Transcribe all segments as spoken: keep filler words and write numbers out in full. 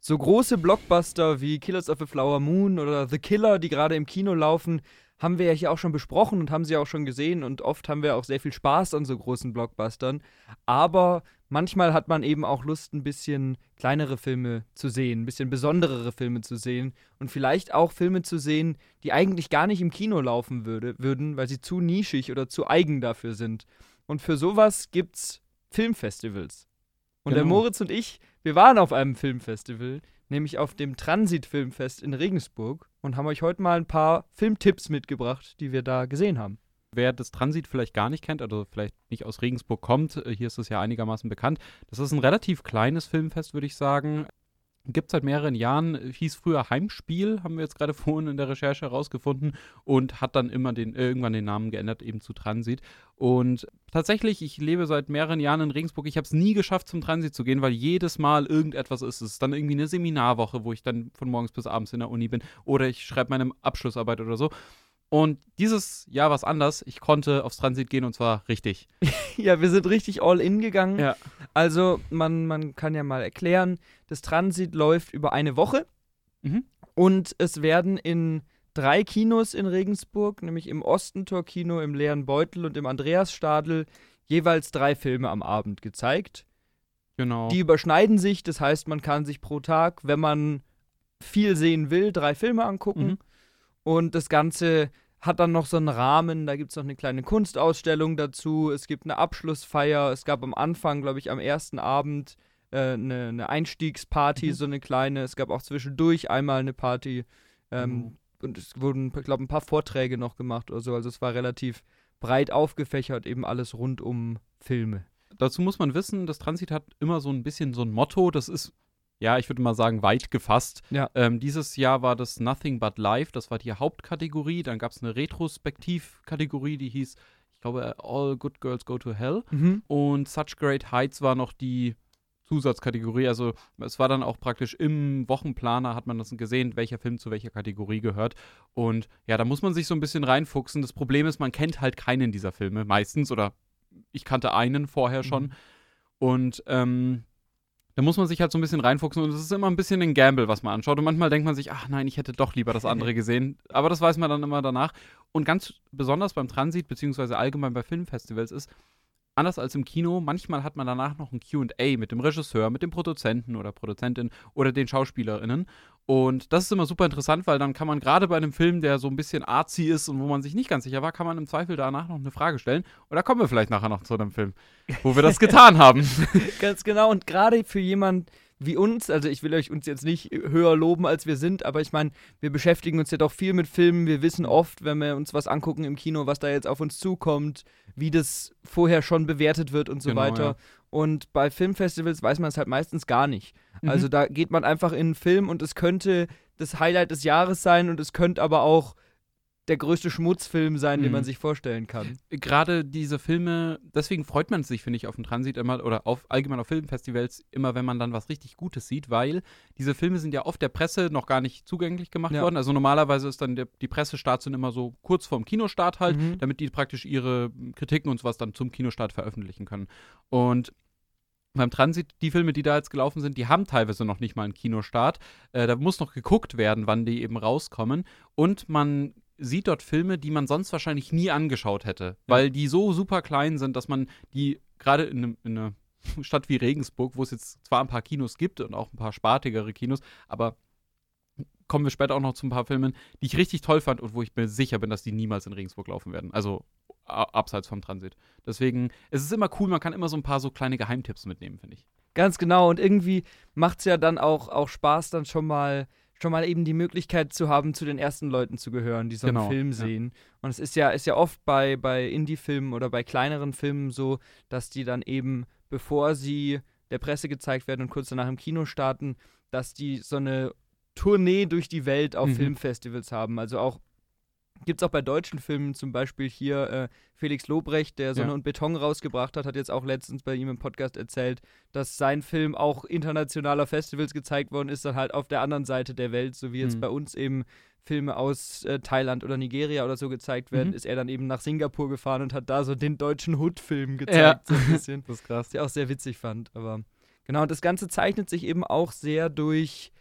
so große Blockbuster wie Killers of the Flower Moon oder The Killer, die gerade im Kino laufen, haben wir ja hier auch schon besprochen und haben sie auch schon gesehen und oft haben wir auch sehr viel Spaß an so großen Blockbustern. Aber manchmal hat man eben auch Lust, ein bisschen kleinere Filme zu sehen, ein bisschen besonderere Filme zu sehen und vielleicht auch Filme zu sehen, die eigentlich gar nicht im Kino laufen würde, würden, weil sie zu nischig oder zu eigen dafür sind. Und für sowas gibt's Filmfestivals. Und Genau. der Moritz und ich, wir waren auf einem Filmfestival, nämlich auf dem Transit-Filmfest in Regensburg und haben euch heute mal ein paar Filmtipps mitgebracht, die wir da gesehen haben. Wer das Transit vielleicht gar nicht kennt, also vielleicht nicht aus Regensburg kommt, hier ist es ja einigermaßen bekannt. Das ist ein relativ kleines Filmfest, würde ich sagen. Gibt es seit mehreren Jahren, hieß früher Heimspiel, haben wir jetzt gerade vorhin in der Recherche herausgefunden und hat dann immer den, irgendwann den Namen geändert, eben zu Transit. Und tatsächlich, ich lebe seit mehreren Jahren in Regensburg, ich habe es nie geschafft, zum Transit zu gehen, weil jedes Mal irgendetwas ist. Es ist dann irgendwie eine Seminarwoche, wo ich dann von morgens bis abends in der Uni bin oder ich schreibe meine Abschlussarbeit oder so. Und dieses Jahr war es anders. Ich konnte aufs Transit gehen und zwar richtig. Ja, wir sind richtig all in gegangen. Ja. Also man, man kann ja mal erklären, das Transit läuft über eine Woche Mhm. und es werden in drei Kinos in Regensburg, nämlich im Ostentor-Kino, im Leeren Beutel und im Andreasstadl, jeweils drei Filme am Abend gezeigt. Genau. Die überschneiden sich, das heißt, man kann sich pro Tag, wenn man viel sehen will, drei Filme angucken. Mhm. Und das Ganze hat dann noch so einen Rahmen, da gibt es noch eine kleine Kunstausstellung dazu, es gibt eine Abschlussfeier, es gab am Anfang, glaube ich, am ersten Abend äh, eine, eine Einstiegsparty, Mhm. so eine kleine, es gab auch zwischendurch einmal eine Party ähm, Mhm. und es wurden, ich glaube, ein paar Vorträge noch gemacht oder so, also es war relativ breit aufgefächert, eben alles rund um Filme. Dazu muss man wissen, das Transit hat immer so ein bisschen so ein Motto, das ist, ja, ich würde mal sagen, weit gefasst. Ja. Ähm, dieses Jahr war das Nothing But Life, das war die Hauptkategorie. Dann gab es eine Retrospektivkategorie, die hieß, ich glaube, All Good Girls Go to Hell. Mhm. Und Such Great Heights war noch die Zusatzkategorie. Also es war dann auch praktisch im Wochenplaner, hat man das gesehen, welcher Film zu welcher Kategorie gehört. Und ja, da muss man sich so ein bisschen reinfuchsen. Das Problem ist, man kennt halt keinen dieser Filme meistens. Oder ich kannte einen vorher schon. Mhm. Und ähm, da muss man sich halt so ein bisschen reinfuchsen und es ist immer ein bisschen ein Gamble, was man anschaut. Und manchmal denkt man sich, ach nein, ich hätte doch lieber das andere gesehen. Aber das weiß man dann immer danach. Und ganz besonders beim Transit, beziehungsweise allgemein bei Filmfestivals ist, anders als im Kino, manchmal hat man danach noch ein Q und A mit dem Regisseur, mit dem Produzenten oder Produzentin oder den SchauspielerInnen. Und das ist immer super interessant, weil dann kann man gerade bei einem Film, der so ein bisschen artsy ist und wo man sich nicht ganz sicher war, kann man im Zweifel danach noch eine Frage stellen. Und da kommen wir vielleicht nachher noch zu einem Film, wo wir das getan haben. Ganz genau, und gerade für jemanden wie uns, also ich will euch uns jetzt nicht höher loben, als wir sind, aber ich meine, wir beschäftigen uns ja doch viel mit Filmen, wir wissen oft, wenn wir uns was angucken im Kino, was da jetzt auf uns zukommt, wie das vorher schon bewertet wird und so Genau, weiter. ja. Und bei Filmfestivals weiß man es halt meistens gar nicht. Mhm. Also da geht man einfach in einen Film und es könnte das Highlight des Jahres sein und es könnte aber auch der größte Schmutzfilm sein, den Mhm. man sich vorstellen kann. Gerade diese Filme, deswegen freut man sich, finde ich, auf dem Transit immer oder auf allgemein auf Filmfestivals immer, wenn man dann was richtig Gutes sieht, weil diese Filme sind ja oft der Presse noch gar nicht zugänglich gemacht Ja. worden. Also normalerweise ist dann der, die Pressestarts sind immer so kurz vorm Kinostart halt, Mhm. damit die praktisch ihre Kritiken und sowas dann zum Kinostart veröffentlichen können. Und beim Transit, die Filme, die da jetzt gelaufen sind, die haben teilweise noch nicht mal einen Kinostart. Äh, da muss noch geguckt werden, wann die eben rauskommen. Und man sieht dort Filme, die man sonst wahrscheinlich nie angeschaut hätte, weil die so super klein sind, dass man die gerade in, ne, in einer Stadt wie Regensburg, wo es jetzt zwar ein paar Kinos gibt und auch ein paar spartigere Kinos, aber kommen wir später auch noch zu ein paar Filmen, die ich richtig toll fand und wo ich mir sicher bin, dass die niemals in Regensburg laufen werden. Also a- abseits vom Transit. Deswegen, es ist immer cool, man kann immer so ein paar so kleine Geheimtipps mitnehmen, finde ich. Ganz genau, und irgendwie macht es ja dann auch, auch Spaß, dann schon mal, schon mal eben die Möglichkeit zu haben, zu den ersten Leuten zu gehören, die so einen Genau, Film ja. sehen. Und es ist ja, ist ja oft bei, bei Indie-Filmen oder bei kleineren Filmen so, dass die dann eben, bevor sie der Presse gezeigt werden und kurz danach im Kino starten, dass die so eine Tournee durch die Welt auf Mhm. Filmfestivals haben. Also auch gibt es auch bei deutschen Filmen, zum Beispiel hier äh, Felix Lobrecht, der Sonne Ja. und Beton rausgebracht hat, hat jetzt auch letztens bei ihm im Podcast erzählt, dass sein Film auch internationaler Festivals gezeigt worden ist, dann halt auf der anderen Seite der Welt, so wie jetzt Mhm. bei uns eben Filme aus äh, Thailand oder Nigeria oder so gezeigt werden, Mhm. ist er dann eben nach Singapur gefahren und hat da so den deutschen Hood-Film gezeigt, Ja. so ein bisschen. Das ist krass. Was ich auch sehr witzig fand, aber genau, und das Ganze zeichnet sich eben auch sehr durch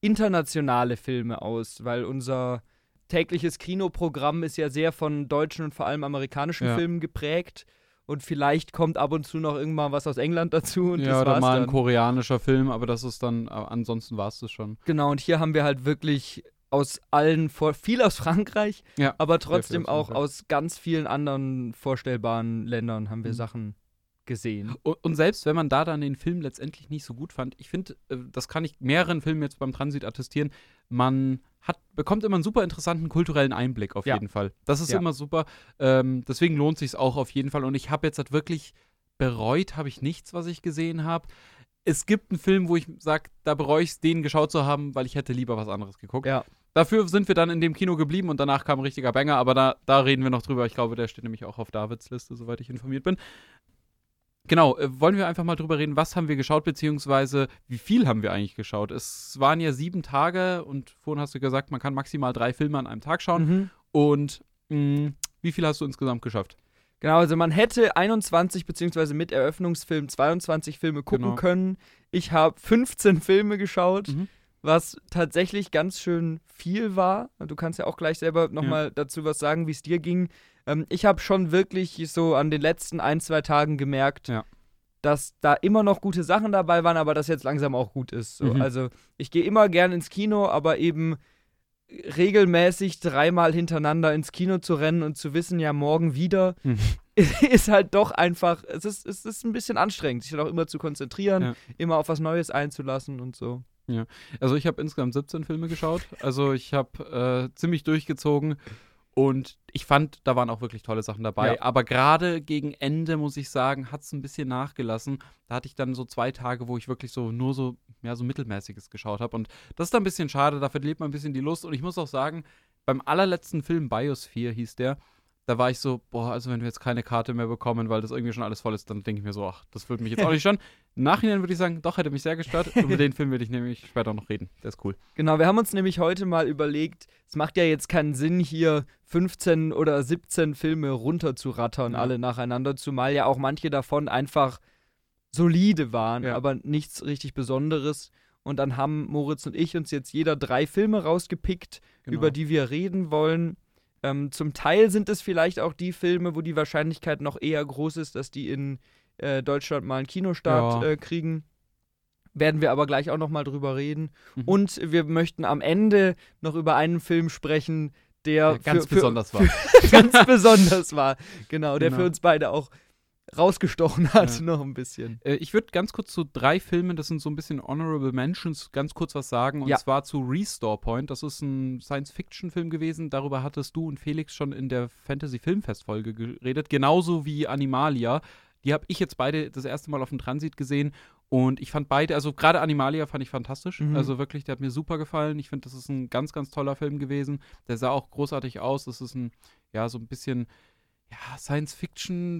internationale Filme aus, weil unser tägliches Kinoprogramm ist ja sehr von deutschen und vor allem amerikanischen Ja. Filmen geprägt. Und vielleicht kommt ab und zu noch irgendwann was aus England dazu. Und ja, das oder war's mal ein dann. koreanischer Film, aber das ist dann, äh, ansonsten war es das schon. Genau, und hier haben wir halt wirklich aus allen, vor viel aus Frankreich, Ja, aber viel trotzdem aus auch Frankreich. aus ganz vielen anderen vorstellbaren Ländern haben wir Mhm. Sachen gesehen. Und, und selbst wenn man da dann den Film letztendlich nicht so gut fand, ich finde, äh, das kann ich mehreren Filmen jetzt beim Transit attestieren, man hat, bekommt immer einen super interessanten kulturellen Einblick auf Ja. jeden Fall. Das ist Ja. immer super. Ähm, deswegen lohnt sich auch auf jeden Fall. Und ich habe jetzt halt wirklich bereut, habe ich nichts, was ich gesehen habe. Es gibt einen Film, wo ich sage, da bereue ich es, den geschaut zu haben, weil ich hätte lieber was anderes geguckt. Ja. Dafür sind wir dann in dem Kino geblieben und danach kam ein richtiger Banger, aber da, da reden wir noch drüber. Ich glaube, der steht nämlich auch auf Davids Liste, soweit ich informiert bin. Genau, äh, wollen wir einfach mal drüber reden, was haben wir geschaut, beziehungsweise wie viel haben wir eigentlich geschaut? Es waren ja sieben Tage und vorhin hast du gesagt, man kann maximal drei Filme an einem Tag schauen. Mhm. Und mh, wie viel hast du insgesamt geschafft? Genau, also man hätte einundzwanzig beziehungsweise mit Eröffnungsfilm zweiundzwanzig Filme gucken Genau. können. Ich habe fünfzehn Filme geschaut, Mhm. was tatsächlich ganz schön viel war. Du kannst ja auch gleich selber nochmal dazu was sagen, wie es dir ging. Ähm, ich habe schon wirklich so an den letzten ein, zwei Tagen gemerkt, Ja. dass da immer noch gute Sachen dabei waren, aber dass jetzt langsam auch gut ist. So. Mhm. Also ich gehe immer gern ins Kino, aber eben regelmäßig dreimal hintereinander ins Kino zu rennen und zu wissen, ja, morgen wieder, Mhm. ist halt doch einfach, es ist, es ist ein bisschen anstrengend, sich dann auch immer zu konzentrieren, Ja. immer auf was Neues einzulassen und so. Also ich habe insgesamt siebzehn Filme geschaut. Also ich habe äh, ziemlich durchgezogen und ich fand, da waren auch wirklich tolle Sachen dabei. Ja. Aber gerade gegen Ende, muss ich sagen, hat es ein bisschen nachgelassen. Da hatte ich dann so zwei Tage, wo ich wirklich so nur so, ja, so Mittelmäßiges geschaut habe. Und das ist dann ein bisschen schade, da verliert man ein bisschen die Lust. Und ich muss auch sagen, beim allerletzten Film, Biosphere hieß der, da war ich so, boah, also wenn wir jetzt keine Karte mehr bekommen, weil das irgendwie schon alles voll ist, dann denke ich mir so, ach, das würde mich jetzt auch nicht stören. Im Nachhinein würde ich sagen, doch, hätte mich sehr gestört. Über den Film will ich nämlich später noch reden. Der ist cool. Genau, wir haben uns nämlich heute mal überlegt, es macht ja jetzt keinen Sinn, hier fünfzehn oder siebzehn Filme runterzurattern, Ja. alle nacheinander, zumal ja auch manche davon einfach solide waren, Ja. aber nichts richtig Besonderes. Und dann haben Moritz und ich uns jetzt jeder drei Filme rausgepickt, Genau. über die wir reden wollen. Ähm, zum Teil sind es vielleicht auch die Filme, wo die Wahrscheinlichkeit noch eher groß ist, dass die in äh, Deutschland mal einen Kinostart Ja. äh, kriegen. Werden wir aber gleich auch noch mal drüber reden. Mhm. Und wir möchten am Ende noch über einen Film sprechen, der Ja, ganz für, für, besonders war. ganz besonders war. Genau, der Genau. für uns beide auch rausgestochen hat, Ja. noch ein bisschen. Äh, ich würde ganz kurz zu drei Filmen, das sind so ein bisschen Honorable Mentions, ganz kurz was sagen. Und Ja. zwar zu Restore Point. Das ist ein Science-Fiction-Film gewesen. Darüber hattest du und Felix schon in der Fantasy-Filmfest-Folge geredet. Genauso wie Animalia. Die habe ich jetzt beide das erste Mal auf dem Transit gesehen. Und ich fand beide, also gerade Animalia fand ich fantastisch. Mhm. Also wirklich, der hat mir super gefallen. Ich finde, das ist ein ganz, ganz toller Film gewesen. Der sah auch großartig aus. Das ist ein, ja, so ein bisschen, ja, Science-Fiction,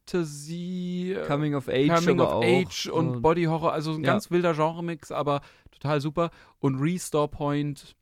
Fantasy, äh, Coming of Age, Coming aber of auch. Age und so. Body Horror, also ein Ja. ganz wilder Genremix, aber total super. Und Restore Point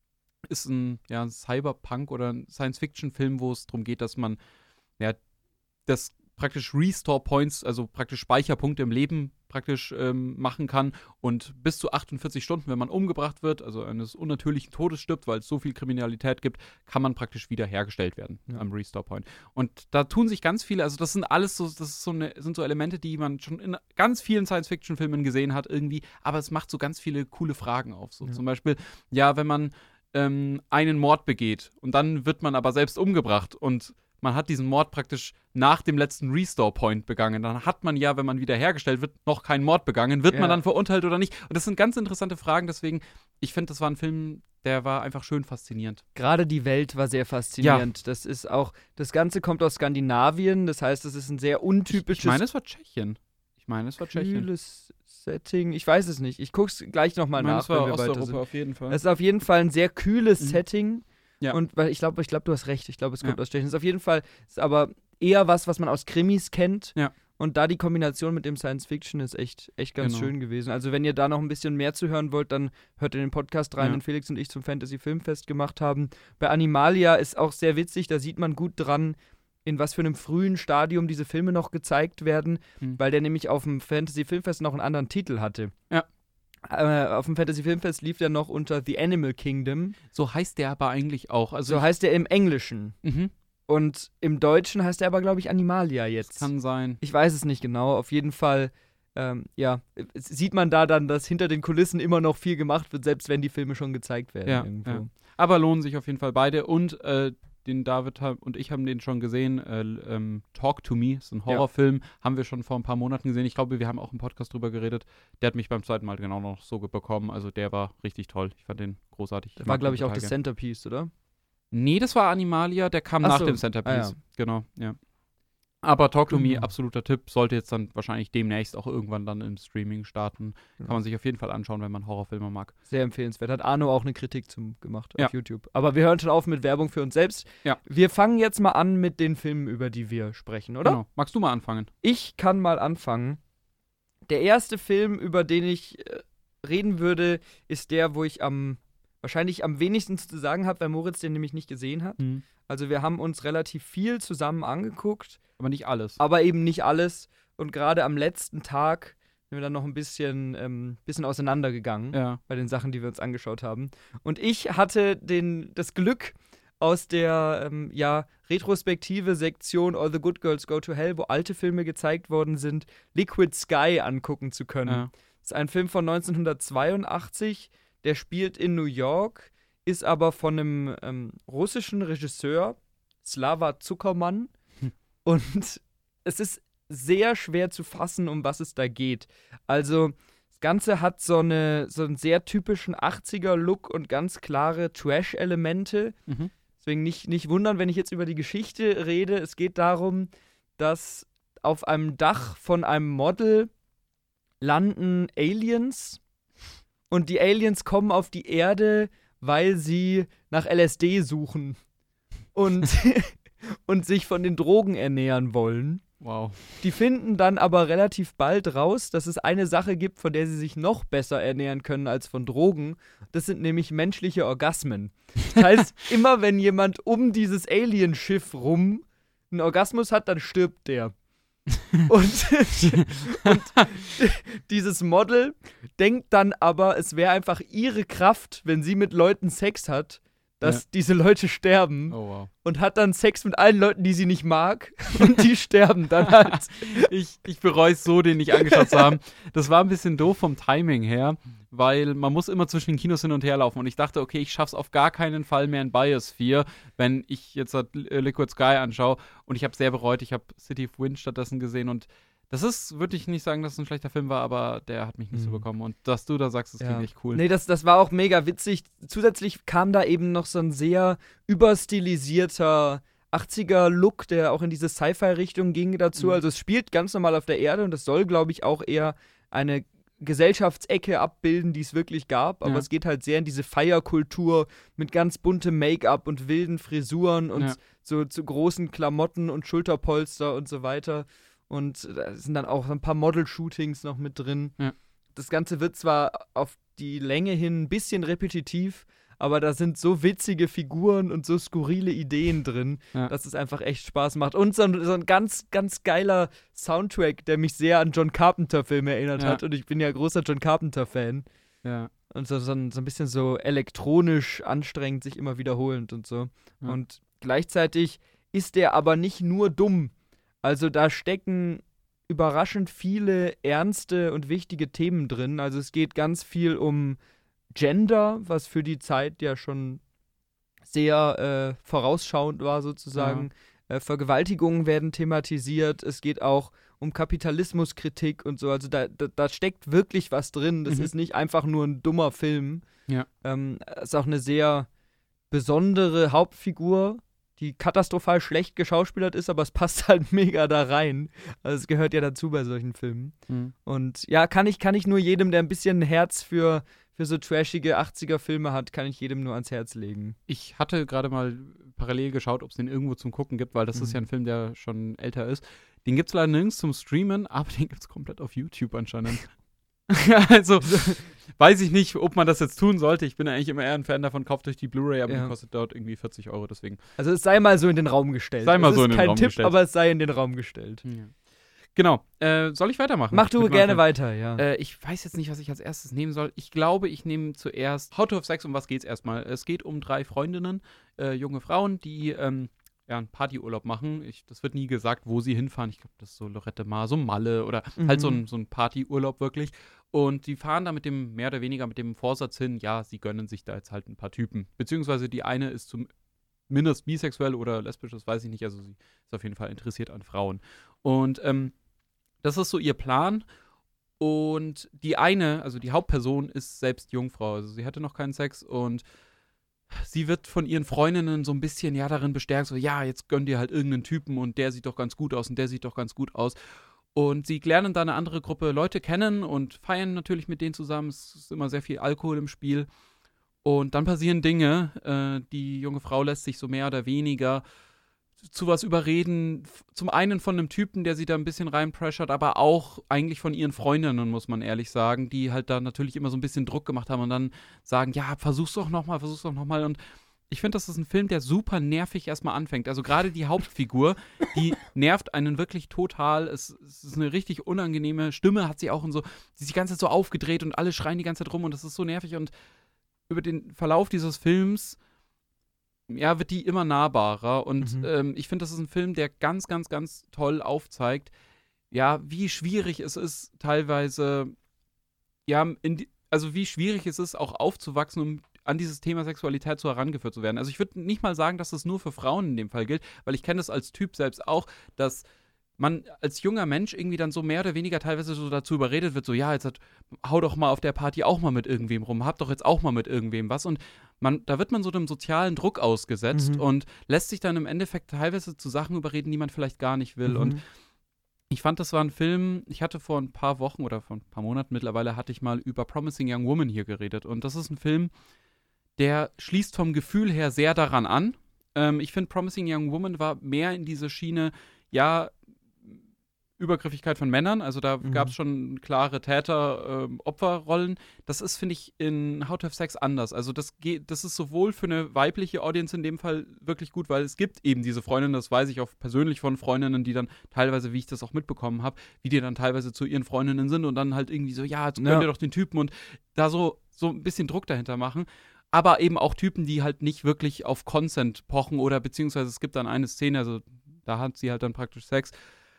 ist ein, ja, ein Cyberpunk oder ein Science-Fiction-Film, wo es darum geht, dass man ja, das praktisch Restore Points, also praktisch Speicherpunkte im Leben praktisch ähm, machen kann und bis zu achtundvierzig Stunden, wenn man umgebracht wird, also eines unnatürlichen Todes stirbt, weil es so viel Kriminalität gibt, kann man praktisch wieder hergestellt werden Ja. am Restore Point. Und da tun sich ganz viele, also das sind alles so, das ist so eine, sind so Elemente, die man schon in ganz vielen Science-Fiction-Filmen gesehen hat irgendwie, aber es macht so ganz viele coole Fragen auf. So Ja. zum Beispiel, ja, wenn man ähm, einen Mord begeht und dann wird man aber selbst umgebracht und man hat diesen Mord praktisch nach dem letzten Restore-Point begangen. Dann hat man ja, wenn man wiederhergestellt wird, noch keinen Mord begangen. Wird Ja. man dann verurteilt oder nicht? Und das sind ganz interessante Fragen. Deswegen, ich finde, das war ein Film, der war einfach schön faszinierend. Gerade die Welt war sehr faszinierend. Das ist auch, das Ganze kommt aus Skandinavien, das heißt, es ist ein sehr untypisches, Ich meine, es war Tschechien. Ich meine, es war Tschechien. kühles Setting. Ich weiß es nicht. Ich guck's gleich nochmal Ich meine, nach, es war wenn wir weiter Osteuropa sind. auf jeden Fall. Es ist auf jeden Fall ein sehr kühles Mhm. Setting. Ja. Und weil ich glaube, ich glaube, du hast recht. Ich glaube, es kommt Ja. aus Tschechien. Es ist auf jeden Fall, ist aber eher was, was man aus Krimis kennt. Ja. Und da die Kombination mit dem Science Fiction ist echt, echt ganz Genau. schön gewesen. Also wenn ihr da noch ein bisschen mehr zu hören wollt, dann hört in den Podcast rein, Ja. den Felix und ich zum Fantasy Filmfest gemacht haben. Bei Animalia ist auch sehr witzig, da sieht man gut dran, in was für einem frühen Stadium diese Filme noch gezeigt werden, Mhm. weil der nämlich auf dem Fantasy Filmfest noch einen anderen Titel hatte. Ja. Äh, auf dem Fantasy Filmfest lief der noch unter The Animal Kingdom. So heißt der aber eigentlich auch. Also so ich, heißt der im Englischen. Mhm. Und im Deutschen heißt er aber, glaube ich, Animalia jetzt. Das kann sein. Ich weiß es nicht genau. Auf jeden Fall, ähm, ja, sieht man da dann, dass hinter den Kulissen immer noch viel gemacht wird, selbst wenn die Filme schon gezeigt werden. Ja, irgendwo. ja. Aber lohnen sich auf jeden Fall beide. Und äh, den David und ich haben den schon gesehen. Äh, ähm, Talk to Me ist ein Horrorfilm. Ja. Haben wir schon vor ein paar Monaten gesehen. Ich glaube, wir haben auch im Podcast drüber geredet. Der hat mich beim zweiten Mal genau noch so bekommen. Also der war richtig toll. Ich fand den großartig. Das war, glaube ich, auch das Centerpiece, oder? Nee, das war Animalia. Der kam Ach nach so. dem Centerpiece. Ah, ja. Genau, ja. Aber Talk to Mhm. Me, absoluter Tipp. Sollte jetzt dann wahrscheinlich demnächst auch irgendwann dann im Streaming starten. Ja. Kann man sich auf jeden Fall anschauen, wenn man Horrorfilme mag. Sehr empfehlenswert. Hat Arno auch eine Kritik zum gemacht Ja. auf YouTube. Aber wir hören schon auf mit Werbung für uns selbst. Ja. Wir fangen jetzt mal an mit den Filmen, über die wir sprechen, oder? Genau. Magst du mal anfangen? Ich kann mal anfangen. Der erste Film, über den ich äh, reden würde, ist der, wo ich am wahrscheinlich am wenigsten zu sagen habe, weil Moritz den nämlich nicht gesehen hat. Mhm. Also wir haben uns relativ viel zusammen angeguckt, Aber nicht alles. aber eben nicht alles. Und gerade am letzten Tag sind wir dann noch ein bisschen, ähm, bisschen auseinandergegangen Ja. bei den Sachen, die wir uns angeschaut haben. Und ich hatte den, das Glück, aus der ähm, ja, retrospektive Sektion All the Good Girls Go to Hell, wo alte Filme gezeigt worden sind, Liquid Sky angucken zu können. Ja. Das ist ein Film von neunzehnhundertzweiundachtzig, der spielt in New York, ist aber von einem ähm, russischen Regisseur, Slava Zuckermann. Hm. Und es ist sehr schwer zu fassen, um was es da geht. Also das Ganze hat so, eine, so einen sehr typischen achtziger-Look und ganz klare Trash-Elemente. Mhm. Deswegen nicht, nicht wundern, wenn ich jetzt über die Geschichte rede. Es geht darum, dass auf einem Dach von einem Model landen Aliens und die Aliens kommen auf die Erde, weil sie nach L S D suchen und, und sich von den Drogen ernähren wollen. Wow. Die finden dann aber relativ bald raus, dass es eine Sache gibt, von der sie sich noch besser ernähren können als von Drogen. Das sind nämlich menschliche Orgasmen. Das heißt, immer wenn jemand um dieses Alienschiff rum einen Orgasmus hat, dann stirbt der. und, und dieses Model denkt dann aber, es wäre einfach ihre Kraft, wenn sie mit Leuten Sex hat, dass Ja. diese Leute sterben. Oh, wow. Und hat dann Sex mit allen Leuten, die sie nicht mag. Und die sterben dann halt. Ich, ich bereue es so, den nicht angeschaut zu haben. Das war ein bisschen doof vom Timing her, weil man muss immer zwischen den Kinos hin und her laufen. Und ich dachte, okay, ich schaff's auf gar keinen Fall mehr in Biosphere, wenn ich jetzt halt Liquid Sky anschaue. Und ich habe sehr bereut. Ich habe City of Wind stattdessen gesehen. Und das ist, würde ich nicht sagen, dass es ein schlechter Film war, aber der hat mich nicht so Mhm. bekommen. Und dass du da sagst, das klingt echt cool. Nee, das, das war auch mega witzig. Zusätzlich kam da eben noch so ein sehr überstilisierter achtziger-Look, der auch in diese Sci-Fi-Richtung ging dazu. Mhm. Also es spielt ganz normal auf der Erde und das soll, glaube ich, auch eher eine Gesellschaftsecke abbilden, die es wirklich gab. Aber Ja. es geht halt sehr in diese Feierkultur mit ganz buntem Make-up und wilden Frisuren und Ja. so zu großen Klamotten und Schulterpolster und so weiter. Und da sind dann auch ein paar Model-Shootings noch mit drin. Ja. Das Ganze wird zwar auf die Länge hin ein bisschen repetitiv, aber da sind so witzige Figuren und so skurrile Ideen drin, Ja. dass es einfach echt Spaß macht. Und so ein, so ein ganz, ganz geiler Soundtrack, der mich sehr an John Carpenter-Filme erinnert Ja. hat. Und ich bin ja großer John Carpenter-Fan. Ja. Und so, so, ein, so ein bisschen so elektronisch anstrengend, sich immer wiederholend und so. Ja. Und gleichzeitig ist der aber nicht nur dumm. Also da stecken überraschend viele ernste und wichtige Themen drin. Also es geht ganz viel um Gender, was für die Zeit ja schon sehr äh, vorausschauend war sozusagen. Äh, Vergewaltigungen werden thematisiert. Es geht auch um Kapitalismuskritik und so. Also da, da, da steckt wirklich was drin. Das Mhm. ist nicht einfach nur ein dummer Film. Ja. Ähm, ist auch eine sehr besondere Hauptfigur, die katastrophal schlecht geschauspielert ist, aber es passt halt mega da rein. Also es gehört ja dazu bei solchen Filmen. Mhm. Und ja, kann ich, kann ich nur jedem, der ein bisschen ein Herz für, für so trashige achtziger-Filme hat, kann ich jedem nur ans Herz legen. Ich hatte gerade mal parallel geschaut, ob es den irgendwo zum Gucken gibt, weil das Mhm. ist ja ein Film, der schon älter ist. Den gibt es leider nirgends zum Streamen, aber den gibt es komplett auf YouTube anscheinend. Also, weiß ich nicht, ob man das jetzt tun sollte. Ich bin ja eigentlich immer eher ein Fan davon, kauft euch die Blu-ray, aber Ja. die kostet dort irgendwie vierzig Euro, deswegen. Also es sei mal so in den Raum gestellt. Sei mal es so ist in den kein Raum Tipp, gestellt. aber es sei in den Raum gestellt. Ja. Genau. Äh, soll ich weitermachen? Mach du Mit gerne meinem weiter, ja. Äh, ich weiß jetzt nicht, was ich als erstes nehmen soll. Ich glaube, ich nehme zuerst How to Have Sex. Um was geht's erstmal? Es geht um drei Freundinnen, äh, junge Frauen, die ähm, ja, einen Partyurlaub machen. Ich, das wird nie gesagt, wo sie hinfahren. Ich glaube, das ist so Lorette Mar, so Malle oder Mhm. halt so ein, so ein Partyurlaub wirklich. Und die fahren da mit dem, mehr oder weniger mit dem Vorsatz hin, ja, sie gönnen sich da jetzt halt ein paar Typen. Beziehungsweise die eine ist zumindest bisexuell oder lesbisch, das weiß ich nicht. Also sie ist auf jeden Fall interessiert an Frauen. Und ähm, das ist so ihr Plan. Und die eine, also die Hauptperson, ist selbst Jungfrau. Also sie hatte noch keinen Sex und sie wird von ihren Freundinnen so ein bisschen ja darin bestärkt, so ja, jetzt gönn dir halt irgendeinen Typen und der sieht doch ganz gut aus und der sieht doch ganz gut aus. Und sie lernen da eine andere Gruppe Leute kennen und feiern natürlich mit denen zusammen. Es ist immer sehr viel Alkohol im Spiel. Und dann passieren Dinge. Äh, die junge Frau lässt sich so mehr oder weniger zu was überreden, zum einen von einem Typen, der sie da ein bisschen reinpressert, aber auch eigentlich von ihren Freundinnen, muss man ehrlich sagen, die halt da natürlich immer so ein bisschen Druck gemacht haben und dann sagen, ja, versuch's doch nochmal, versuch's doch nochmal. Und ich finde, das ist ein Film, der super nervig erstmal anfängt. Also gerade die Hauptfigur, die nervt einen wirklich total. Es, es ist eine richtig unangenehme Stimme, hat sie auch und so, sie ist die ganze Zeit so aufgedreht und alle schreien die ganze Zeit rum und das ist so nervig. Und über den Verlauf dieses Films ja, wird die immer nahbarer. Und Mhm. ähm, ich finde, das ist ein Film, der ganz, ganz, ganz toll aufzeigt, ja, wie schwierig es ist, teilweise, ja, in die, also wie schwierig es ist, auch aufzuwachsen, um an dieses Thema Sexualität so herangeführt zu werden. Also ich würde nicht mal sagen, dass das nur für Frauen in dem Fall gilt, weil ich kenne das als Typ selbst auch, dass man als junger Mensch irgendwie dann so mehr oder weniger teilweise so dazu überredet wird, so ja, jetzt hat, hau doch mal auf der Party auch mal mit irgendwem rum, hab doch jetzt auch mal mit irgendwem was und man, da wird man so dem sozialen Druck ausgesetzt Mhm. und lässt sich dann im Endeffekt teilweise zu Sachen überreden, die man vielleicht gar nicht will. Mhm. Und ich fand, das war ein Film, ich hatte vor ein paar Wochen oder vor ein paar Monaten mittlerweile, hatte ich mal über Promising Young Woman hier geredet. Und das ist ein Film, der schließt vom Gefühl her sehr daran an. Ähm, ich finde, Promising Young Woman war mehr in diese Schiene, ja, Übergriffigkeit von Männern, also da Mhm. gab es schon klare Täter-Opfer-Rollen. Das ist, finde ich, in How to Have Sex anders. Also das geht, das ist sowohl für eine weibliche Audience in dem Fall wirklich gut, weil es gibt eben diese Freundinnen, das weiß ich auch persönlich von Freundinnen, die dann teilweise, wie ich das auch mitbekommen habe, wie die dann teilweise zu ihren Freundinnen sind und dann halt irgendwie so, ja, jetzt gönn Ja. dir doch den Typen und da so, so ein bisschen Druck dahinter machen. Aber eben auch Typen, die halt nicht wirklich auf Consent pochen oder beziehungsweise es gibt dann eine Szene, also da hat sie halt dann praktisch Sex.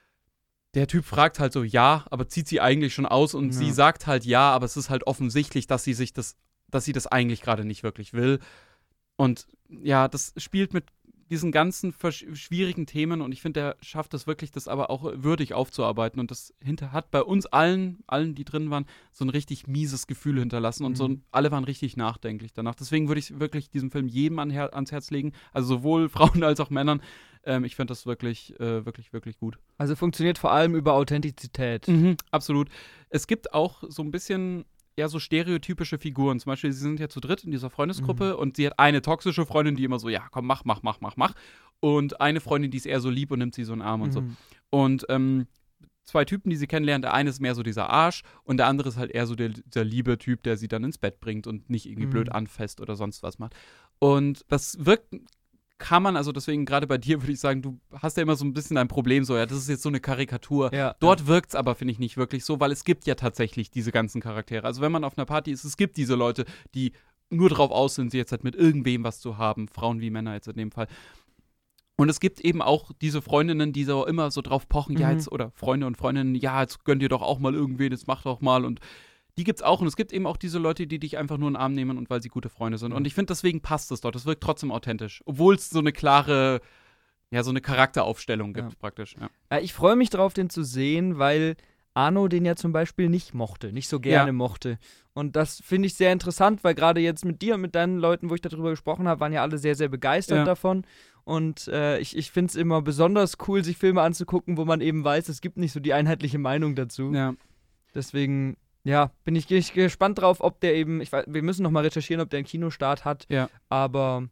Der Typ fragt halt so, ja, aber zieht sie eigentlich schon aus und Ja. sie sagt halt ja, aber es ist halt offensichtlich, dass sie sich das, dass sie das eigentlich gerade nicht wirklich will. Und ja, das spielt mit diesen ganzen versch- schwierigen Themen und ich finde, der schafft es wirklich, das aber auch würdig aufzuarbeiten und das hinter hat bei uns allen, allen, die drin waren, so ein richtig mieses Gefühl hinterlassen und Mhm. so ein, alle waren richtig nachdenklich danach. Deswegen würde ich wirklich diesem Film jedem an, Her- ans Herz legen, also sowohl Frauen als auch Männern. Ähm, ich finde das wirklich, äh, wirklich, wirklich gut. Also funktioniert vor allem über Authentizität. Mhm, absolut. Es gibt auch so ein bisschen eher so stereotypische Figuren. Zum Beispiel, sie sind ja zu dritt in dieser Freundesgruppe und sie hat eine toxische Freundin, die immer so, ja, komm, mach, mach, mach, mach, mach. Und eine Freundin, die ist eher so lieb und nimmt sie so in den Arm und so. Mhm. Und ähm, zwei Typen, die sie kennenlernt. Der eine ist mehr so dieser Arsch und der andere ist halt eher so der, der liebe Typ, der sie dann ins Bett bringt und nicht irgendwie Mhm. blöd anfasst oder sonst was macht. Und das wirkt, kann man, also deswegen gerade bei dir würde ich sagen, du hast ja immer so ein bisschen ein Problem, so, ja, das ist jetzt so eine Karikatur. Ja. Dort wirkt es aber, finde ich, nicht wirklich so, weil es gibt ja tatsächlich diese ganzen Charaktere. Also wenn man auf einer Party ist, es gibt diese Leute, die nur drauf aus sind, sie jetzt halt mit irgendwem was zu haben, Frauen wie Männer jetzt in dem Fall. Und es gibt eben auch diese Freundinnen, die so immer so drauf pochen, Mhm. ja jetzt, oder Freunde und Freundinnen, ja, jetzt gönn dir doch auch mal irgendwen, jetzt mach doch mal und die gibt's auch und es gibt eben auch diese Leute, die dich einfach nur in den Arm nehmen und weil sie gute Freunde sind. Und ich finde, deswegen passt es dort. Es wirkt trotzdem authentisch. Obwohl es so eine klare, ja, so eine Charakteraufstellung gibt, Ja. praktisch. Ja. Ja, ich freue mich drauf, den zu sehen, weil Arno den ja zum Beispiel nicht mochte, nicht so gerne Ja. mochte. Und das finde ich sehr interessant, weil gerade jetzt mit dir und mit deinen Leuten, wo ich darüber gesprochen habe, waren ja alle sehr, sehr begeistert Ja. davon. Und äh, ich, ich finde es immer besonders cool, sich Filme anzugucken, wo man eben weiß, es gibt nicht so die einheitliche Meinung dazu. Ja. Deswegen, ja, bin ich, ich gespannt drauf, ob der eben, ich weiß, wir müssen noch mal recherchieren, ob der einen Kinostart hat. Ja. Aber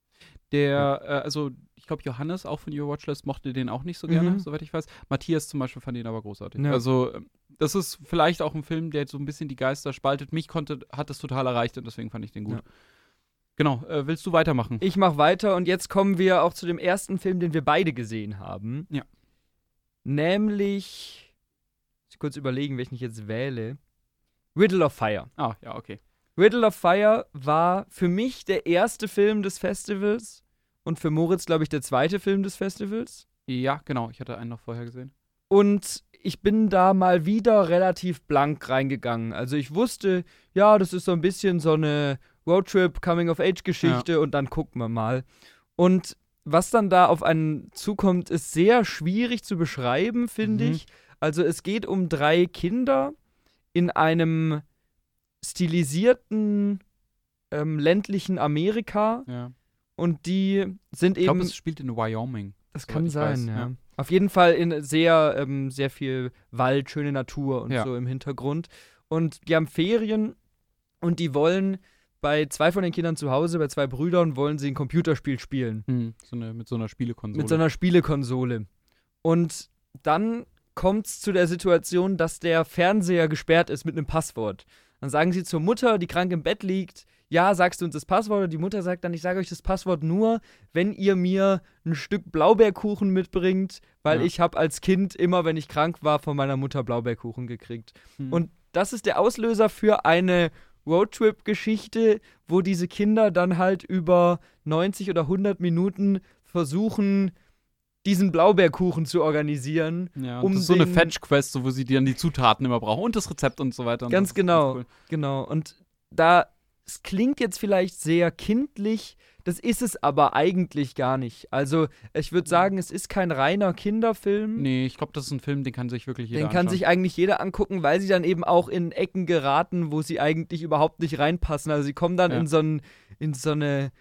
Der, äh, also ich glaube, Johannes, auch von Your Watchlist, mochte den auch nicht so gerne, Mhm. soweit ich weiß. Matthias zum Beispiel fand ihn aber großartig. Ja. Also, ähm, das ist vielleicht auch ein Film, der so ein bisschen die Geister spaltet. Mich konnte, hat es total erreicht und deswegen fand ich den gut. Ja. Genau, äh, willst du weitermachen? ich mache weiter und jetzt kommen wir auch zu dem ersten Film, den wir beide gesehen haben. Ja. Nämlich kurz überlegen, welchen ich jetzt wähle. Riddle of Fire. Ah, ja, okay. Riddle of Fire war für mich der erste Film des Festivals und für Moritz, glaube ich, der zweite Film des Festivals. Ja, genau. Ich hatte einen noch vorher gesehen. Und ich bin da mal wieder relativ blank reingegangen. Also ich wusste, ja, das ist so ein bisschen so eine Roadtrip-Coming-of-Age-Geschichte Ja. und dann gucken wir mal. Und was dann da auf einen zukommt, ist sehr schwierig zu beschreiben, finde Mhm. ich. Also es geht um drei Kinder in einem stilisierten ähm, ländlichen Amerika Ja. und die sind Ich glaube, eben, es spielt in Wyoming. das soweit kann ich sein, weiß, ja. ja. Auf jeden Fall in sehr, ähm, sehr viel Wald, schöne Natur und Ja. so im Hintergrund. Und die haben Ferien und die wollen bei zwei von den Kindern zu Hause, bei zwei Brüdern, wollen sie ein Computerspiel spielen. Hm, so eine, mit so einer Spielekonsole. Mit so einer Spielekonsole. Und dann kommt es zu der Situation, dass der Fernseher gesperrt ist mit einem Passwort. Dann sagen sie zur Mutter, die krank im Bett liegt, ja, sagst du uns das Passwort? Und die Mutter sagt dann, ich sage euch das Passwort nur, wenn ihr mir ein Stück Blaubeerkuchen mitbringt, weil Ja. ich habe als Kind immer, wenn ich krank war, von meiner Mutter Blaubeerkuchen gekriegt. Hm. Und das ist der Auslöser für eine Roadtrip-Geschichte, wo diese Kinder dann halt über neunzig oder hundert Minuten versuchen, diesen Blaubeerkuchen zu organisieren. Ja, um das ist so eine den- Fetch-Quest, so, wo sie dann die Zutaten immer brauchen und das Rezept und so weiter. Und Ganz das ist genau, cool. genau. Und da, es klingt jetzt vielleicht sehr kindlich, das ist es aber eigentlich gar nicht. Also ich würde sagen, es ist kein reiner Kinderfilm. Nee, ich glaube, das ist ein Film, den kann sich wirklich jeder Den kann anschauen. sich eigentlich jeder angucken, weil sie dann eben auch in Ecken geraten, wo sie eigentlich überhaupt nicht reinpassen. Also sie kommen dann Ja. in so ein, in so eine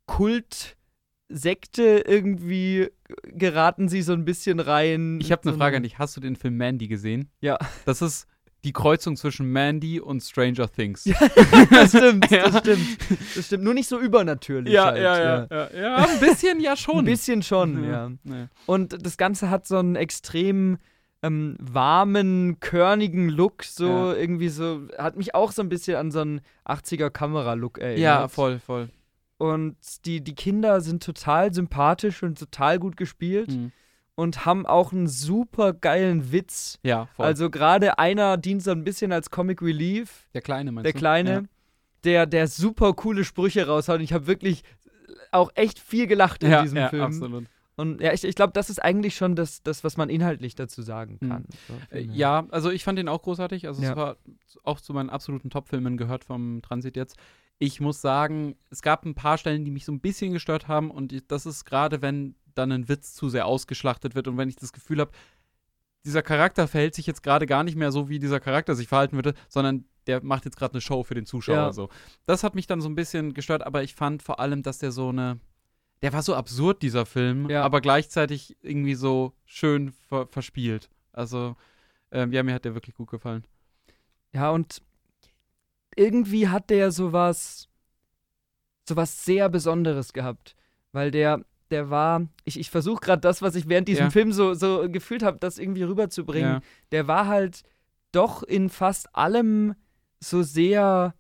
Kultsekte irgendwie, geraten sie so ein bisschen rein. Ich habe eine so Frage an dich. Hast du den Film Mandy gesehen? Ja. Das ist die Kreuzung zwischen Mandy und Stranger Things. Ja, das stimmt, Ja. das stimmt. Das stimmt. Nur nicht so übernatürlich. ja, halt, ja, ja, ja, ja. Ein bisschen ja schon. Ein bisschen schon, ja. ja. Und das Ganze hat so einen extrem ähm, warmen, körnigen Look, so Ja. irgendwie so, hat mich auch so ein bisschen an so einen achtziger-Kamera-Look erinnert. Ja, voll, voll. Und die, die Kinder sind total sympathisch und total gut gespielt Mhm. und haben auch einen super geilen Witz. Ja, voll. Also gerade einer dient so ein bisschen als Comic Relief, der Kleine, meinst der du? Kleine, Ja. der, der super coole Sprüche raushaut. Und ich habe wirklich auch echt viel gelacht in Ja, diesem ja, Film. absolut. Und ja, ich, ich glaube, das ist eigentlich schon das, das, was man inhaltlich dazu sagen Mhm. kann. So, Äh, finde ich. Ja, also ich fand den auch großartig. Also Ja. es war auch zu meinen absoluten Top-Filmen gehört vom Transit jetzt. Ich muss sagen, es gab ein paar Stellen, die mich so ein bisschen gestört haben und ich- das ist gerade, wenn dann ein Witz zu sehr ausgeschlachtet wird und wenn ich das Gefühl habe, dieser Charakter verhält sich jetzt gerade gar nicht mehr so, wie dieser Charakter sich verhalten würde, sondern der macht jetzt gerade eine Show für den Zuschauer. Ja. So. Das hat mich dann so ein bisschen gestört, aber ich fand vor allem, dass der so eine der war so absurd, dieser Film, Ja. aber gleichzeitig irgendwie so schön ver verspielt. Also, ähm, ja, mir hat der wirklich gut gefallen. Ja, und irgendwie hat der sowas, sowas sehr Besonderes gehabt. Weil der, der war, ich, ich versuche gerade das, was ich während diesem Ja. Film so, so gefühlt habe, das irgendwie rüberzubringen. Ja. Der war halt doch in fast allem so sehr,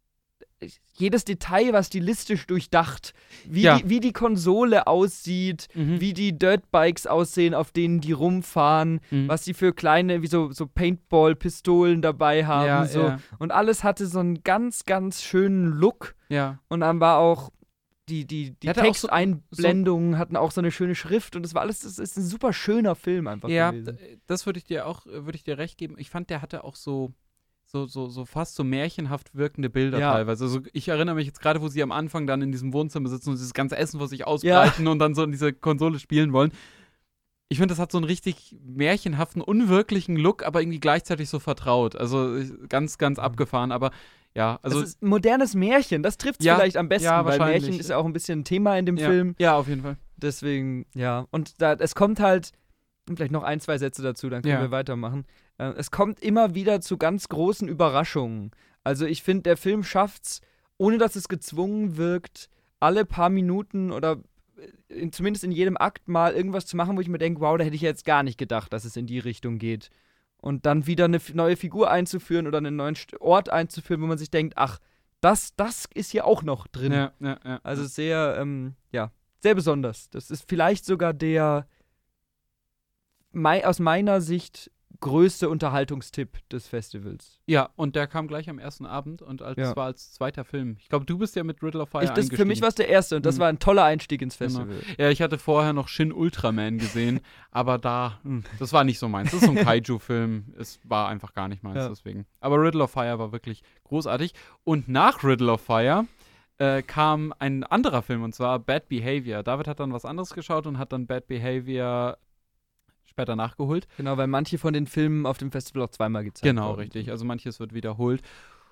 jedes Detail war stilistisch durchdacht. Wie, Ja. die, wie die Konsole aussieht, Mhm. wie die Dirtbikes aussehen, auf denen die rumfahren, Mhm. was die für kleine, wie so, so Paintball-Pistolen dabei haben. ja, so. ja, Und alles hatte so einen ganz, ganz schönen Look. ja. Und dann war auch die, die, die Hatte auch so- Texteinblendungen hatten auch so eine schöne Schrift. Und das war alles, das ist ein super schöner Film einfach Ja, gewesen. d- das würde ich dir auch, äh, würde ich dir recht geben. Ich fand, der hatte auch so, so, so, so fast so märchenhaft wirkende Bilder Ja. teilweise. Also ich erinnere mich jetzt gerade, wo sie am Anfang dann in diesem Wohnzimmer sitzen und dieses ganze Essen vor sich ausbreiten und dann so in diese Konsole spielen wollen. Ich finde, das hat so einen richtig märchenhaften, unwirklichen Look, aber irgendwie gleichzeitig so vertraut. Also ich- ganz, ganz abgefahren. Aber ja, also das ist ein modernes Märchen, das trifft es Ja, vielleicht am besten, ja, weil wahrscheinlich. Märchen ist ja auch ein bisschen ein Thema in dem ja, Film. ja, auf jeden Fall. Deswegen, ja. Und da, es kommt halt, vielleicht noch ein, zwei Sätze dazu, dann können Ja. wir weitermachen. Äh, es kommt immer wieder zu ganz großen Überraschungen. Also ich finde, der Film schafft's, ohne dass es gezwungen wirkt, alle paar Minuten oder in, zumindest in jedem Akt mal irgendwas zu machen, wo ich mir denke, wow, da hätte ich jetzt gar nicht gedacht, dass es in die Richtung geht. Und dann wieder eine f- neue Figur einzuführen oder einen neuen St- Ort einzuführen, wo man sich denkt, ach, das, das ist hier auch noch drin. Ja, ja, ja. Also sehr, ähm, ja, sehr besonders. Das ist vielleicht sogar der, mei aus meiner Sicht, größte Unterhaltungstipp des Festivals. Ja, und der kam gleich am ersten Abend und als, Ja. war als zweiter Film. Ich glaube, du bist ja mit Riddle of Fire Ich, das, eingestiegen. für mich war es der erste und das Mhm. war ein toller Einstieg ins Genau. Festival. Ja, ich hatte vorher noch Shin Ultraman gesehen, aber da, mh, das war nicht so meins. Das ist so ein Kaiju-Film. Es war einfach gar nicht meins, Ja. deswegen. Aber Riddle of Fire war wirklich großartig. Und nach Riddle of Fire äh, kam ein anderer Film, und zwar Bad Behavior. David hat dann was anderes geschaut und hat dann Bad Behavior später nachgeholt. Genau, weil manche von den Filmen auf dem Festival auch zweimal gezeigt Genau, wurden. richtig. Also manches wird wiederholt.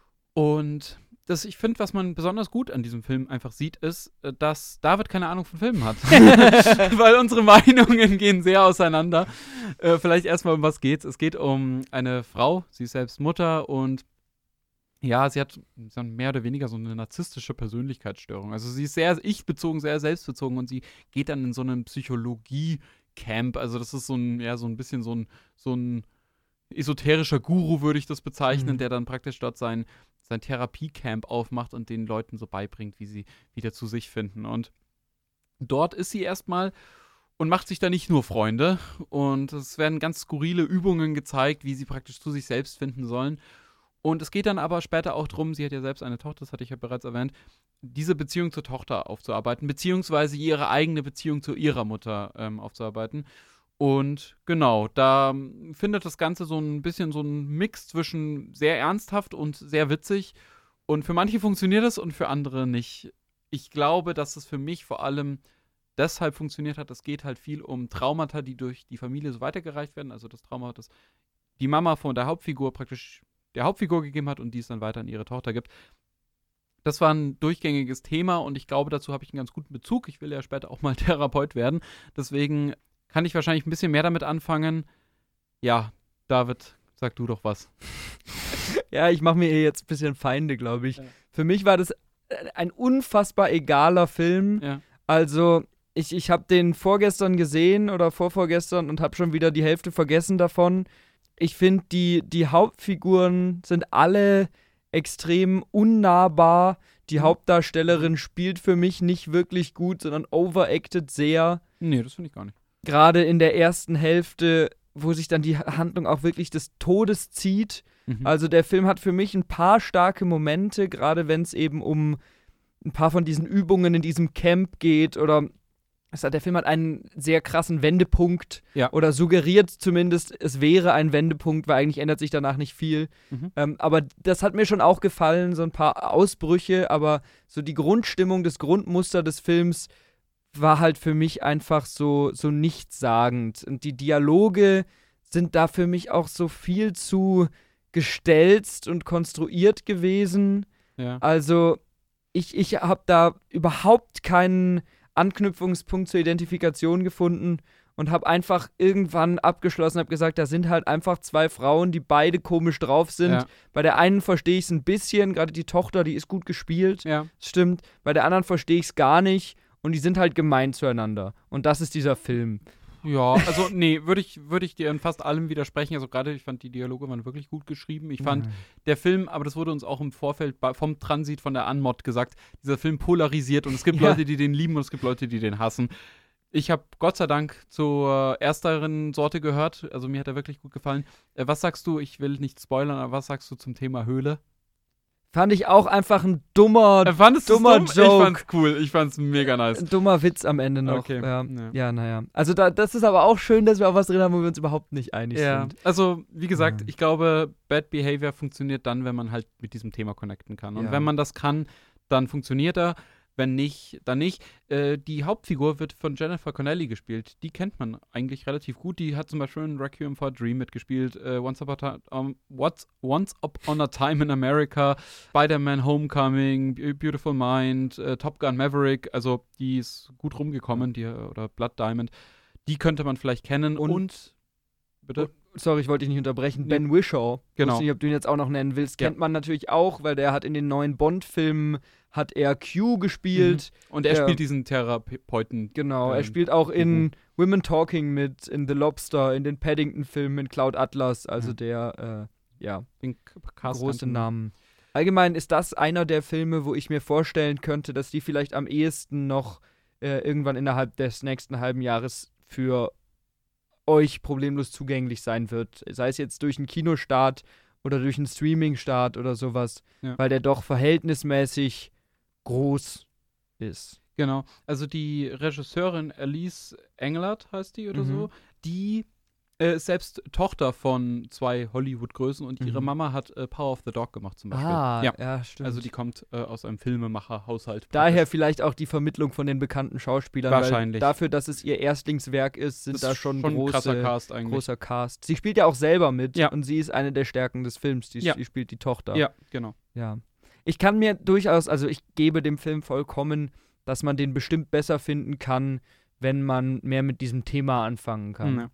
Und das, ich finde, was man besonders gut an diesem Film einfach sieht, ist, äh, dass David keine Ahnung von Filmen hat. Weil unsere Meinungen gehen sehr auseinander. Äh, vielleicht erstmal, um was geht's. Es geht um eine Frau, sie ist selbst Mutter und ja, sie hat so mehr oder weniger so eine narzisstische Persönlichkeitsstörung. Also sie ist sehr ich-bezogen, sehr selbstbezogen und sie geht dann in so einen Psychologie-Camp. Also das ist so ein, ja, so ein bisschen so ein, so ein esoterischer Guru, würde ich das bezeichnen, Mhm. der dann praktisch dort sein, sein Therapiecamp aufmacht und den Leuten so beibringt, wie sie wieder zu sich finden. Und dort ist sie erstmal und macht sich da nicht nur Freunde. Und es werden ganz skurrile Übungen gezeigt, wie sie praktisch zu sich selbst finden sollen. Und es geht dann aber später auch darum, sie hat ja selbst eine Tochter, das hatte ich ja bereits erwähnt, diese Beziehung zur Tochter aufzuarbeiten, beziehungsweise ihre eigene Beziehung zu ihrer Mutter ähm, aufzuarbeiten. Und genau, da ähm, findet das Ganze so ein bisschen so ein Mix zwischen sehr ernsthaft und sehr witzig. Und für manche funktioniert es und für andere nicht. Ich glaube, dass es für mich vor allem deshalb funktioniert hat. Es geht halt viel um Traumata, die durch die Familie so weitergereicht werden. Also das Trauma, das die Mama von der Hauptfigur praktisch der Hauptfigur gegeben hat und die es dann weiter an ihre Tochter gibt. Das war ein durchgängiges Thema und ich glaube, dazu habe ich einen ganz guten Bezug. Ich will ja später auch mal Therapeut werden. Deswegen kann ich wahrscheinlich ein bisschen mehr damit anfangen. Ja, David, sag du doch was. Ja, ich mache mir hier jetzt ein bisschen Feinde, glaube ich. Ja. Für mich war das ein unfassbar egaler Film. Ja. Also, ich, ich habe den vorgestern gesehen oder vorvorgestern und habe schon wieder die Hälfte vergessen davon. Ich finde, die, die Hauptfiguren sind alle extrem unnahbar. Die Mhm. Hauptdarstellerin spielt für mich nicht wirklich gut, sondern overacted sehr. Nee, das finde ich gar nicht. Gerade in der ersten Hälfte, wo sich dann die Handlung auch wirklich des Todes zieht. Mhm. Also der Film hat für mich ein paar starke Momente, gerade wenn es eben um ein paar von diesen Übungen in diesem Camp geht oder es hat, der Film hat einen sehr krassen Wendepunkt Ja. oder suggeriert zumindest, es wäre ein Wendepunkt, weil eigentlich ändert sich danach nicht viel. Mhm. Ähm, aber das hat mir schon auch gefallen, so ein paar Ausbrüche, aber so die Grundstimmung, das Grundmuster des Films war halt für mich einfach so, so nichtssagend. Und die Dialoge sind da für mich auch so viel zu gestelzt und konstruiert gewesen. Ja. Also ich, ich habe da überhaupt keinen Anknüpfungspunkt zur Identifikation gefunden und habe einfach irgendwann abgeschlossen, habe gesagt, da sind halt einfach zwei Frauen, die beide komisch drauf sind. Ja. Bei der einen verstehe ich es ein bisschen, gerade die Tochter, die ist gut gespielt, Ja. stimmt. Bei der anderen verstehe ich es gar nicht und die sind halt gemein zueinander. Und das ist dieser Film. Ja, also nee, würde ich, würd ich dir in fast allem widersprechen. Also gerade, ich fand, die Dialoge waren wirklich gut geschrieben. Ich fand, der Film, aber das wurde uns auch im Vorfeld bei, vom Transit, von der Anmod gesagt, dieser Film polarisiert und es gibt Ja. Leute, die den lieben und es gibt Leute, die den hassen. Ich habe Gott sei Dank zur ersteren Sorte gehört, also mir hat er wirklich gut gefallen. Äh, was sagst du, ich will nicht spoilern, aber was sagst du zum Thema Höhle? Fand ich auch einfach ein dummer, Äh, fandest du's dummer dumm? Joke. Ich fand's cool, ich fand's mega nice. ein dummer Witz am Ende noch. Okay, Ja, ja. ja naja. Also da, das ist aber auch schön, dass wir auch was drin haben, wo wir uns überhaupt nicht einig Ja, sind. also wie gesagt, Ja. ich glaube, Bad Behavior funktioniert dann, wenn man halt mit diesem Thema connecten kann. Und Ja. wenn man das kann, dann funktioniert er. Wenn nicht, dann nicht. Äh, die Hauptfigur wird von Jennifer Connelly gespielt. Die kennt man eigentlich relativ gut. Die hat zum Beispiel in Requiem for a Dream mitgespielt, äh, Once, Upon a, um, What, Once Upon a Time in America, Spider-Man Homecoming, Be- Beautiful Mind, äh, Top Gun Maverick. Also die ist gut rumgekommen, die, oder Blood Diamond. Die könnte man vielleicht kennen. Und- Und, bitte? Sorry, ich wollte dich nicht unterbrechen. Nee. Ben Whishaw. Genau. Weiß nicht, ob du ihn jetzt auch noch nennen willst. Ja. Kennt man natürlich auch, weil der hat in den neuen Bond-Filmen hat er Q gespielt. Und er Ja. spielt diesen Therapeuten. Genau, er Ähm, spielt auch in mhm. Women Talking mit, in The Lobster, in den Paddington-Filmen, in Cloud Atlas, also Ja. der, äh, ja, Den K- Cast große kannten- Namen. Allgemein ist das einer der Filme, wo ich mir vorstellen könnte, dass die vielleicht am ehesten noch äh, irgendwann innerhalb des nächsten halben Jahres für euch problemlos zugänglich sein wird. Sei es jetzt durch einen Kinostart oder durch einen Streaming-Start oder sowas, Ja. weil der doch verhältnismäßig groß ist. Genau. Also die Regisseurin Elise Englert heißt die oder Mhm. so, die äh, ist selbst Tochter von zwei Hollywood-Größen und ihre Mhm. Mama hat äh, Power of the Dog gemacht zum Beispiel. Ah, ja. ja, stimmt. Also die kommt äh, aus einem Filmemacher-Haushalt. Daher praktisch. vielleicht auch die Vermittlung von den bekannten Schauspielern. Wahrscheinlich. Weil dafür, dass es ihr Erstlingswerk ist, sind Das da ist schon, ein große, krasser Cast eigentlich. großer Cast. Sie spielt ja auch selber mit Ja. und sie ist eine der Stärken des Films. Die, Ja. die spielt die Tochter. Ja, genau. Ja. Ich kann mir durchaus, also ich gebe dem Film vollkommen, dass man den bestimmt besser finden kann, wenn man mehr mit diesem Thema anfangen kann. Mhm.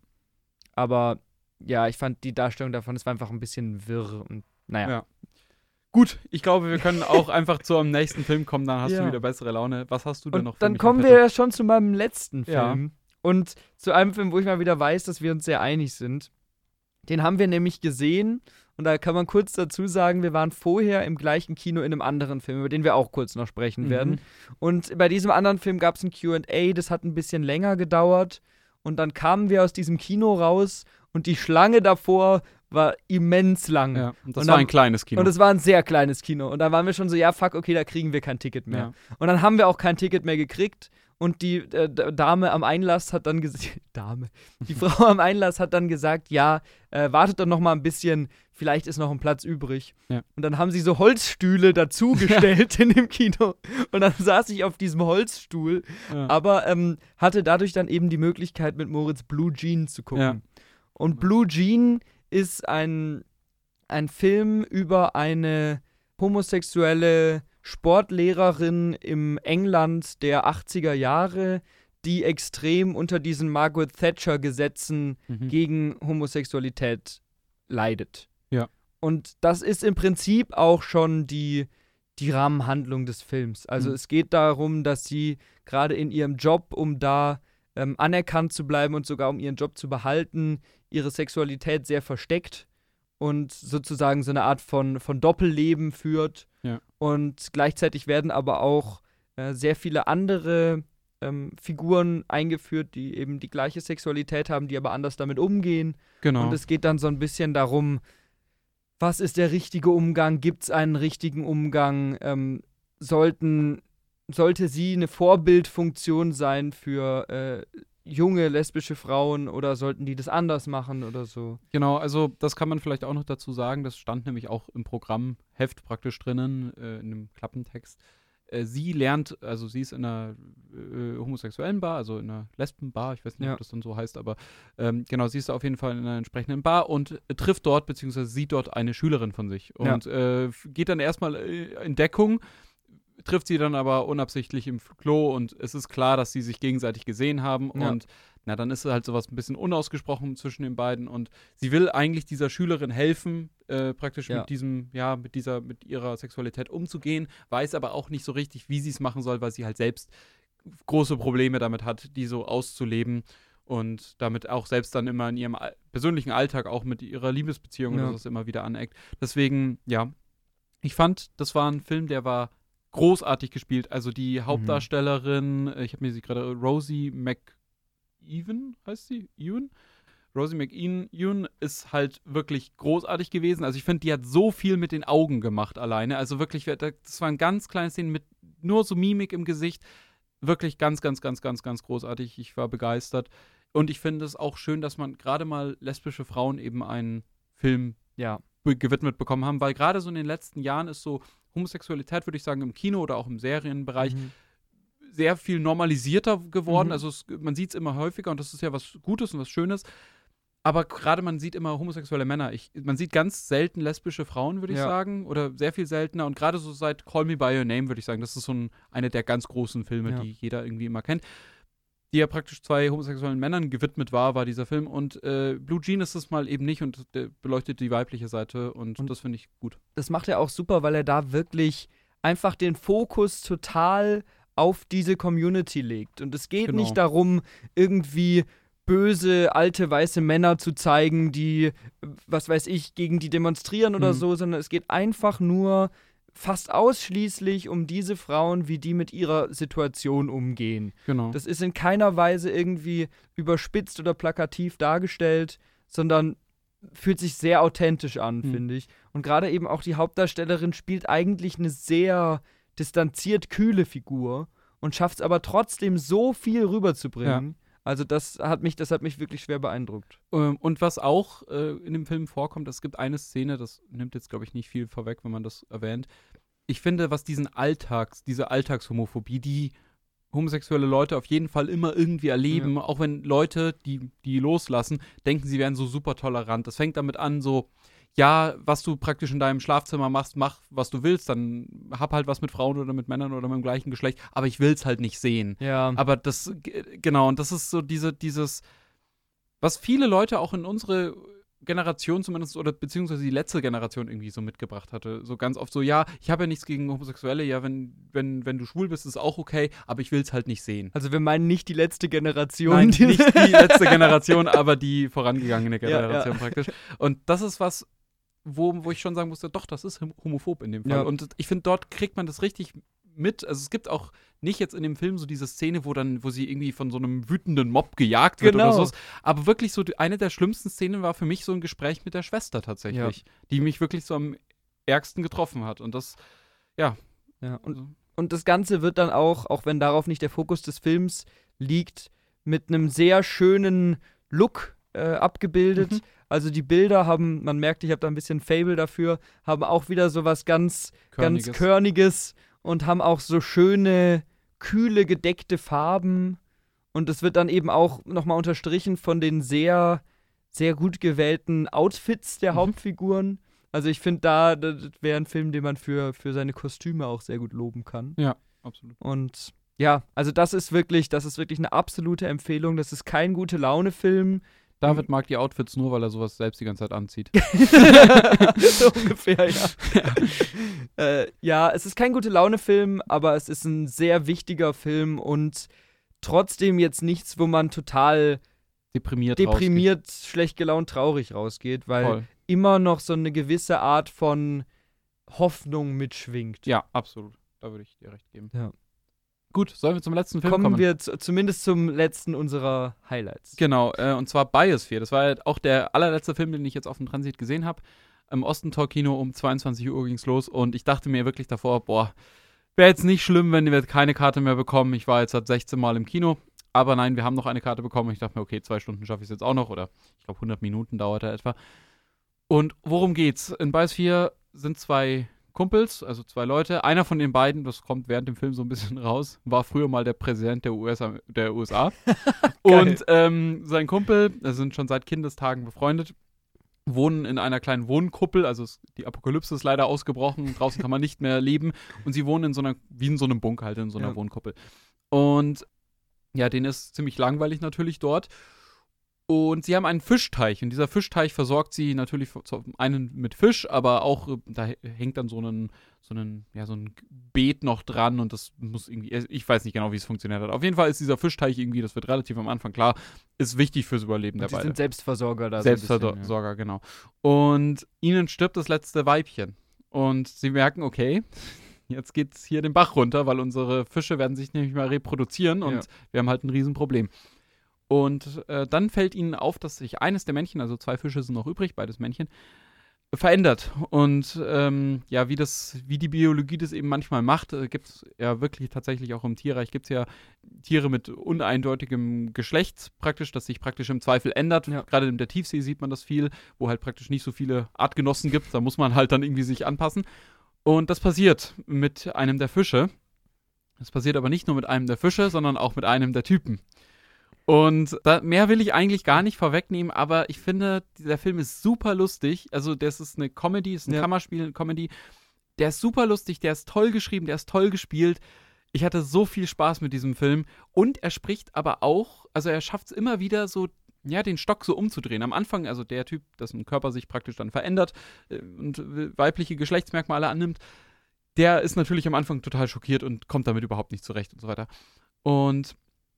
Aber ja, ich fand die Darstellung davon, es war einfach ein bisschen wirr und naja. Ja. Gut, ich glaube, wir können auch einfach zu einem nächsten Film kommen, dann hast Ja. du wieder bessere Laune. Was hast du denn Und noch für dann mich kommen im wir Petto? ja schon zu meinem letzten Ja. Film. Und zu einem Film, wo ich mal wieder weiß, dass wir uns sehr einig sind. Den haben wir nämlich gesehen. Und da kann man kurz dazu sagen, wir waren vorher im gleichen Kino in einem anderen Film, über den wir auch kurz noch sprechen Mhm. werden. Und bei diesem anderen Film gab es ein Q und A, das hat ein bisschen länger gedauert. Und dann kamen wir aus diesem Kino raus und die Schlange davor war immens lang. Ja, und das Und war dann- ein kleines Kino. Und es war ein sehr kleines Kino. Und da waren wir schon so, ja, fuck, okay, da kriegen wir kein Ticket mehr. Ja. Und dann haben wir auch kein Ticket mehr gekriegt. Und die äh, D- Dame am Einlass hat dann gesagt, Dame, die Frau am Einlass hat dann gesagt, ja, äh, wartet doch noch mal ein bisschen, vielleicht ist noch ein Platz übrig. Ja. Und dann haben sie so Holzstühle dazugestellt in dem Kino. Und dann saß ich auf diesem Holzstuhl, Ja. aber ähm, hatte dadurch dann eben die Möglichkeit, mit Moritz Blue Jean zu gucken. Ja. Und Blue Jean ist ein, ein Film über eine homosexuelle Sportlehrerin im England der achtziger Jahre, die extrem unter diesen Margaret Thatcher-Gesetzen Mhm. gegen Homosexualität leidet. Ja. Und das ist im Prinzip auch schon die, die Rahmenhandlung des Films. Also Mhm. es geht darum, dass sie gerade in ihrem Job, um da ähm, anerkannt zu bleiben und sogar um ihren Job zu behalten, ihre Sexualität sehr versteckt und sozusagen so eine Art von, von Doppelleben führt. Ja. Und gleichzeitig werden aber auch äh, sehr viele andere ähm, Figuren eingeführt, die eben die gleiche Sexualität haben, die aber anders damit umgehen. Genau. Und es geht dann so ein bisschen darum, was ist der richtige Umgang? Gibt es einen richtigen Umgang? Ähm, sollten, sollte sie eine Vorbildfunktion sein für äh, junge lesbische Frauen oder sollten die das anders machen oder so? Genau, also das kann man vielleicht auch noch dazu sagen, das stand nämlich auch im Programmheft praktisch drinnen, äh, in einem Klappentext. Äh, sie lernt, also sie ist in einer äh, homosexuellen Bar, also in einer Lesbenbar, ich weiß nicht, Ja. ob das dann so heißt, aber ähm, genau, sie ist auf jeden Fall in einer entsprechenden Bar und äh, trifft dort, beziehungsweise sieht dort eine Schülerin von sich Ja. und äh, f- geht dann erstmal äh, in Deckung, trifft sie dann aber unabsichtlich im Klo und es ist klar, dass sie sich gegenseitig gesehen haben Ja. und na, dann ist halt sowas ein bisschen unausgesprochen zwischen den beiden und sie will eigentlich dieser Schülerin helfen, äh, praktisch Ja. mit diesem, ja, mit dieser, mit ihrer Sexualität umzugehen, weiß aber auch nicht so richtig, wie sie es machen soll, weil sie halt selbst große Probleme damit hat, die so auszuleben und damit auch selbst dann immer in ihrem al- persönlichen Alltag auch mit ihrer Liebesbeziehung Ja. oder so immer wieder aneckt. Deswegen, ja, ich fand, das war ein Film, der war großartig gespielt. Also die Hauptdarstellerin, äh, ich habe mir sie gerade, Rosie McEwen heißt sie? Ewan? Rosie McEwen Ewan ist halt wirklich großartig gewesen. Also ich finde, die hat so viel mit den Augen gemacht alleine. Also wirklich, das war ein ganz kleines Szenen mit nur so Mimik im Gesicht. Wirklich ganz, ganz, ganz, ganz, ganz großartig. Ich war begeistert. Und ich finde es auch schön, dass man gerade mal lesbische Frauen eben einen Film Ja. be- gewidmet bekommen haben, weil gerade so in den letzten Jahren ist so Homosexualität, würde ich sagen, im Kino oder auch im Serienbereich Mhm. sehr viel normalisierter geworden. Mhm. Also es, man sieht es immer häufiger und das ist ja was Gutes und was Schönes. Aber gerade man sieht immer homosexuelle Männer. Ich, man sieht ganz selten lesbische Frauen, würde ich Ja. sagen. Oder sehr viel seltener. Und gerade so seit Call Me By Your Name, würde ich sagen, das ist so ein, einer der ganz großen Filme, Ja. die jeder irgendwie immer kennt. Die ja praktisch zwei homosexuellen Männern gewidmet war, war dieser Film. Und äh, Blue Jean ist es mal eben nicht und der beleuchtet die weibliche Seite. Und, Und- das finde ich gut. Das macht er auch super, weil er da wirklich einfach den Fokus total auf diese Community legt. Und es geht Genau. nicht darum, irgendwie böse, alte, weiße Männer zu zeigen, die, was weiß ich, gegen die demonstrieren oder Mhm. so, sondern es geht einfach nur fast ausschließlich um diese Frauen, wie die mit ihrer Situation umgehen. Genau. Das ist in keiner Weise irgendwie überspitzt oder plakativ dargestellt, sondern fühlt sich sehr authentisch an, Hm. finde ich. Und gerade eben auch die Hauptdarstellerin spielt eigentlich eine sehr distanziert kühle Figur und schafft es aber trotzdem so viel rüberzubringen. Also das hat mich, das hat mich wirklich schwer beeindruckt. Ähm, und was auch äh, in dem Film vorkommt, es gibt eine Szene, das nimmt jetzt, glaube ich, nicht viel vorweg, wenn man das erwähnt. Ich finde, was diesen Alltags, diese Alltagshomophobie, die homosexuelle Leute auf jeden Fall immer irgendwie erleben, auch wenn Leute, die die loslassen, denken, sie wären so super tolerant. Das fängt damit an, so, ja, was du praktisch in deinem Schlafzimmer machst, mach, was du willst, dann hab halt was mit Frauen oder mit Männern oder mit dem gleichen Geschlecht, aber ich will's halt nicht sehen. Ja. Aber das, g- genau, und das ist so diese, dieses, was viele Leute auch in unsere Generation zumindest, oder beziehungsweise die letzte Generation irgendwie so mitgebracht hatte. So ganz oft so, ja, ich habe ja nichts gegen Homosexuelle, ja, wenn, wenn, wenn du schwul bist, ist auch okay, aber ich will's halt nicht sehen. Also wir meinen nicht die letzte Generation. Nein, die nicht die letzte Generation, aber die vorangegangene Ja, Generation ja. praktisch. Und das ist was, wo, wo ich schon sagen musste, doch, das ist hom- homophob in dem Fall. Ja. Und ich finde, dort kriegt man das richtig mit. Also es gibt auch nicht jetzt in dem Film so diese Szene, wo dann, wo sie irgendwie von so einem wütenden Mob gejagt wird Genau. oder so. Aber wirklich so, die- eine der schlimmsten Szenen war für mich so ein Gespräch mit der Schwester tatsächlich, die mich wirklich so am ärgsten getroffen hat. Und das, ja. Ja, und also, Und das Ganze wird dann auch, auch wenn darauf nicht der Fokus des Films liegt, mit einem sehr schönen Look äh, abgebildet. Mhm. Also die Bilder haben, man merkt, ich habe da ein bisschen Fable dafür, haben auch wieder so was ganz, Körniges. ganz Körniges und haben auch so schöne, kühle, gedeckte Farben. Und es wird dann eben auch nochmal unterstrichen von den sehr, sehr gut gewählten Outfits der Mhm. Hauptfiguren. Also ich finde, da das wäre ein Film, den man für, für seine Kostüme auch sehr gut loben kann. Ja, absolut. Und ja, also das ist wirklich, das ist wirklich eine absolute Empfehlung. Das ist kein gute Laune-Film. David mag die Outfits nur, weil er sowas selbst die ganze Zeit anzieht. So ungefähr, ja. äh, ja, es ist kein gute Laune-Film, aber es ist ein sehr wichtiger Film und trotzdem jetzt nichts, wo man total Deprimiert deprimiert, schlecht gelaunt, traurig rausgeht, weil Voll. immer noch so eine gewisse Art von Hoffnung mitschwingt. Ja, absolut. Da würde ich dir recht geben. Ja. Gut, sollen wir zum letzten Film Kommen kommen? wir zu, zumindest zum letzten unserer Highlights. Genau, äh, und zwar Biosphere. Das war halt auch der allerletzte Film, den ich jetzt auf dem Transit gesehen habe. Im Ostentor-Kino um zweiundzwanzig Uhr ging's los und ich dachte mir wirklich davor, boah, wäre jetzt nicht schlimm, wenn wir keine Karte mehr bekommen. Ich war jetzt seit sechzehn Mal im Kino, aber nein, wir haben noch eine Karte bekommen. Ich dachte mir, okay, zwei Stunden schaffe ich es jetzt auch noch oder ich glaube hundert Minuten dauert er etwa. Und worum geht's? In Biosphere sind zwei Kumpels, also zwei Leute. Einer von den beiden, das kommt während dem Film so ein bisschen raus, war früher mal der Präsident der U S A. Der U S A. Und ähm, sein Kumpel, wir sind schon seit Kindestagen befreundet, wohnen in einer kleinen Wohnkuppel, also es, die Apokalypse ist leider ausgebrochen, draußen kann man nicht mehr leben und sie wohnen in so einer, wie in so einem Bunker halt, in so einer Ja. Wohnkuppel. Und ja, denen ist ziemlich langweilig natürlich dort. Und sie haben einen Fischteich und dieser Fischteich versorgt sie natürlich zum einen mit Fisch, aber auch äh, da hängt dann so ein so einen, ja, so ein Beet noch dran und das muss irgendwie, ich weiß nicht genau, wie es funktioniert hat. Auf jeden Fall ist dieser Fischteich irgendwie, das wird relativ am Anfang klar, ist wichtig fürs Überleben der Und die beiden. sind Selbstversorger da. so ein bisschen, ja. Selbstversorger, genau. Und ihnen stirbt das letzte Weibchen. Und sie merken, okay, jetzt geht's hier den Bach runter, weil unsere Fische werden sich nämlich mal reproduzieren und Ja. wir haben halt ein Riesenproblem. Und äh, dann fällt ihnen auf, dass sich eines der Männchen, also zwei Fische sind noch übrig, beides Männchen, verändert. Und ähm, ja, wie das, wie die Biologie das eben manchmal macht, äh, gibt es ja wirklich tatsächlich auch im Tierreich, gibt es ja Tiere mit uneindeutigem Geschlecht praktisch, das sich praktisch im Zweifel ändert. Ja. Gerade in der Tiefsee sieht man das viel, wo halt praktisch nicht so viele Artgenossen gibt. Da muss man halt dann irgendwie sich anpassen. Und das passiert mit einem der Fische. Das passiert aber nicht nur mit einem der Fische, sondern auch mit einem der Typen. Und da, mehr will ich eigentlich gar nicht vorwegnehmen, aber ich finde, der Film ist super lustig. Also, das ist eine Comedy, ist ein Ja. Kammerspiel, eine Comedy. Der ist super lustig, der ist toll geschrieben, der ist toll gespielt. Ich hatte so viel Spaß mit diesem Film. Und er spricht aber auch, also er schafft es immer wieder so, ja, den Stock so umzudrehen. Am Anfang, also der Typ, dessen Körper sich praktisch dann verändert äh, und weibliche Geschlechtsmerkmale annimmt, der ist natürlich am Anfang total schockiert und kommt damit überhaupt nicht zurecht und so weiter. Und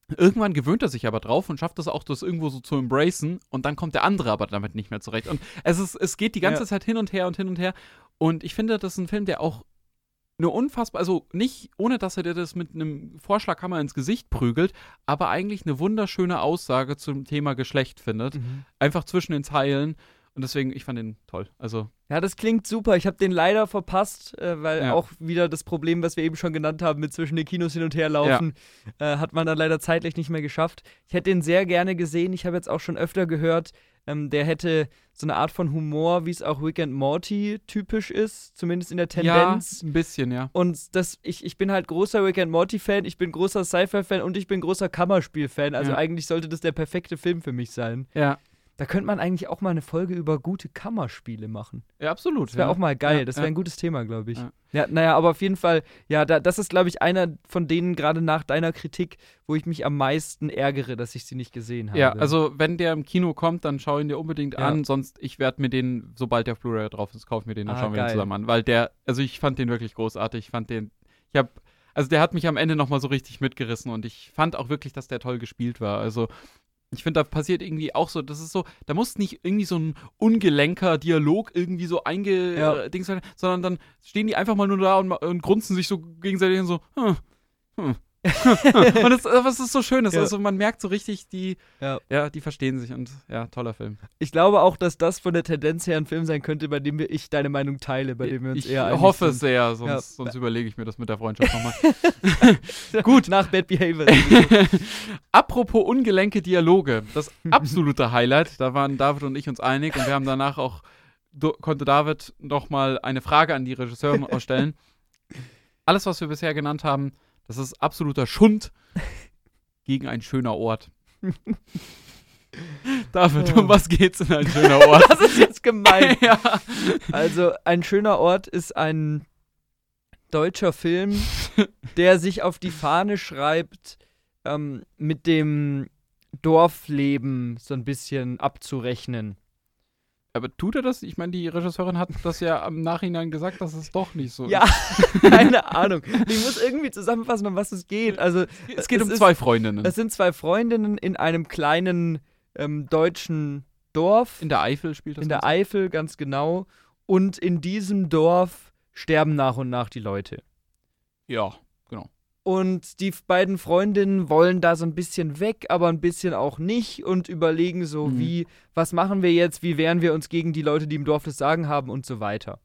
Irgendwann gewöhnt er sich aber drauf und schafft es auch, das irgendwo so zu embracen und dann kommt der andere aber damit nicht mehr zurecht. Und es, ist, es geht die ganze Ja. Zeit hin und her und hin und her. Und ich finde, das ist ein Film, der auch eine unfassbar, also nicht, ohne dass er dir das mit einem Vorschlaghammer ins Gesicht prügelt, aber eigentlich eine wunderschöne Aussage zum Thema Geschlecht findet. Mhm. Einfach zwischen den Zeilen. Und deswegen, ich fand den toll. Also, Ja, das klingt super. Ich habe den leider verpasst, äh, weil Ja. auch wieder das Problem, was wir eben schon genannt haben, mit zwischen den Kinos hin und her laufen, äh, hat man dann leider zeitlich nicht mehr geschafft. Ich hätte den sehr gerne gesehen. Ich habe jetzt auch schon öfter gehört, ähm, der hätte so eine Art von Humor, wie es auch Rick and Morty typisch ist, zumindest in der Tendenz. ja, ein bisschen, ja. Und das, ich, ich bin halt großer Rick and Morty-Fan, ich bin großer Sci-Fi-Fan und ich bin großer Kammerspiel-Fan. Also Ja. eigentlich sollte das der perfekte Film für mich sein. Ja, Da könnte man eigentlich auch mal eine Folge über gute Kammerspiele machen. ja absolut. Das wäre ja. auch mal geil. Ja, das wäre ja. ein gutes Thema, glaube ich. Ja. Ja, naja, aber auf jeden Fall, ja, da, das ist, glaube ich, einer von denen, gerade nach deiner Kritik, wo ich mich am meisten ärgere, dass ich sie nicht gesehen habe. Ja, also wenn der im Kino kommt, dann schau ihn dir unbedingt Ja. an. Sonst, ich werde mir den, sobald der auf Blu-ray drauf ist, kaufe mir den und Ah, schauen wir den geil. zusammen an. Weil der, also ich fand den wirklich großartig. Ich fand den, ich habe, also der hat mich am Ende nochmal so richtig mitgerissen und ich fand auch wirklich, dass der toll gespielt war. Also ich finde, da passiert irgendwie auch so, das ist so, da muss nicht irgendwie so ein ungelenker Dialog irgendwie so einge Ja. äh, Dings werden, sondern dann stehen die einfach mal nur da und, ma- und grunzen sich so gegenseitig und so, hm, hm. und das, was ist so schön ist, Ja. also man merkt so richtig, die, Ja. ja, die verstehen sich und ja, toller Film. Ich glaube auch, dass das von der Tendenz her ein Film sein könnte, bei dem wir, ich deine Meinung teile, bei dem wir uns ich eher einig hoffe sind. sehr, sonst, Ja. sonst überlege ich mir das mit der Freundschaft nochmal. Gut, nach Bad Behavior. Apropos ungelenke Dialoge, das absolute Highlight, da waren David und ich uns einig und wir haben danach auch, do, konnte David nochmal eine Frage an die Regisseurin stellen. Alles, was wir bisher genannt haben, das ist absoluter Schund gegen ein schöner Ort. David, um was geht's in ein schöner Ort? Das ist jetzt gemein. ja. Also, ein schöner Ort ist ein deutscher Film, der sich auf die Fahne schreibt, ähm, mit dem Dorfleben so ein bisschen abzurechnen. Aber tut er das? Ich meine, die Regisseurin hat das ja im Nachhinein gesagt, dass es doch nicht so Ja, ist. keine Ahnung. Ich muss irgendwie zusammenfassen, um was es geht. Also, Es geht es um ist- zwei Freundinnen. es sind zwei Freundinnen in einem kleinen ähm, deutschen Dorf. In der Eifel spielt das in der Ganze. Eifel, ganz genau. Und in diesem Dorf sterben nach und nach die Leute. Ja, genau. Und die f- beiden Freundinnen wollen da so ein bisschen weg, aber ein bisschen auch nicht und überlegen so, Mhm. wie, was machen wir jetzt, wie wehren wir uns gegen die Leute, die im Dorf das Sagen haben und so weiter.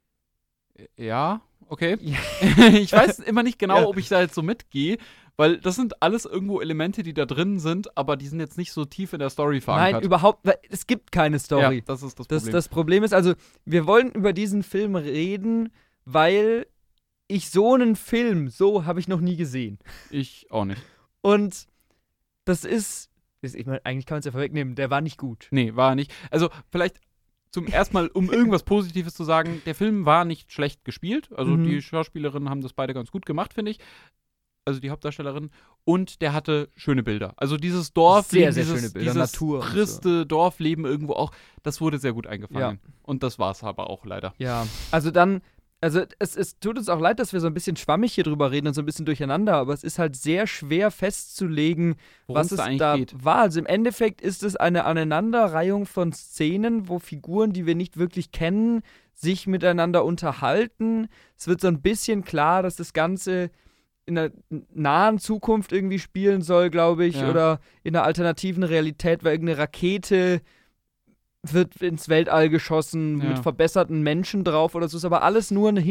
Ja, okay. Ja. Ich weiß immer nicht genau, Ja. ob ich da jetzt so mitgehe, weil das sind alles irgendwo Elemente, die da drin sind, aber die sind jetzt nicht so tief in der Story verankert. Nein, überhaupt, weil es gibt keine Story. Ja, das ist das Das, Problem. das Problem ist also, wir wollen über diesen Film reden, weil ich so einen Film, so habe ich noch nie gesehen. ich auch nicht. Und das ist, ist- ich meine, eigentlich kann man es ja vorwegnehmen, der war nicht gut. Nee, war er nicht. Also vielleicht zum ersten Mal, um irgendwas Positives zu sagen, der Film war nicht schlecht gespielt. Also Mhm. die Schauspielerinnen haben das beide ganz gut gemacht, finde ich. Also die Hauptdarstellerin. Und der hatte schöne Bilder. Also dieses Dorfleben, Sehr, sehr dieses, schöne Bilder, dieses Natur und so. triste Dorfleben irgendwo auch, das wurde sehr gut eingefangen. Ja. Und das war es aber auch leider. Ja, also dann, also es, es tut uns auch leid, dass wir so ein bisschen schwammig hier drüber reden und so ein bisschen durcheinander, aber es ist halt sehr schwer festzulegen, Worum was es da eigentlich da geht. war. Also im Endeffekt ist es eine Aneinanderreihung von Szenen, wo Figuren, die wir nicht wirklich kennen, sich miteinander unterhalten. Es wird so ein bisschen klar, dass das Ganze in einer nahen Zukunft irgendwie spielen soll, glaube ich, Ja. oder in einer alternativen Realität, weil irgendeine Rakete wird ins Weltall geschossen Ja. mit verbesserten Menschen drauf oder so. Ist aber alles nur eine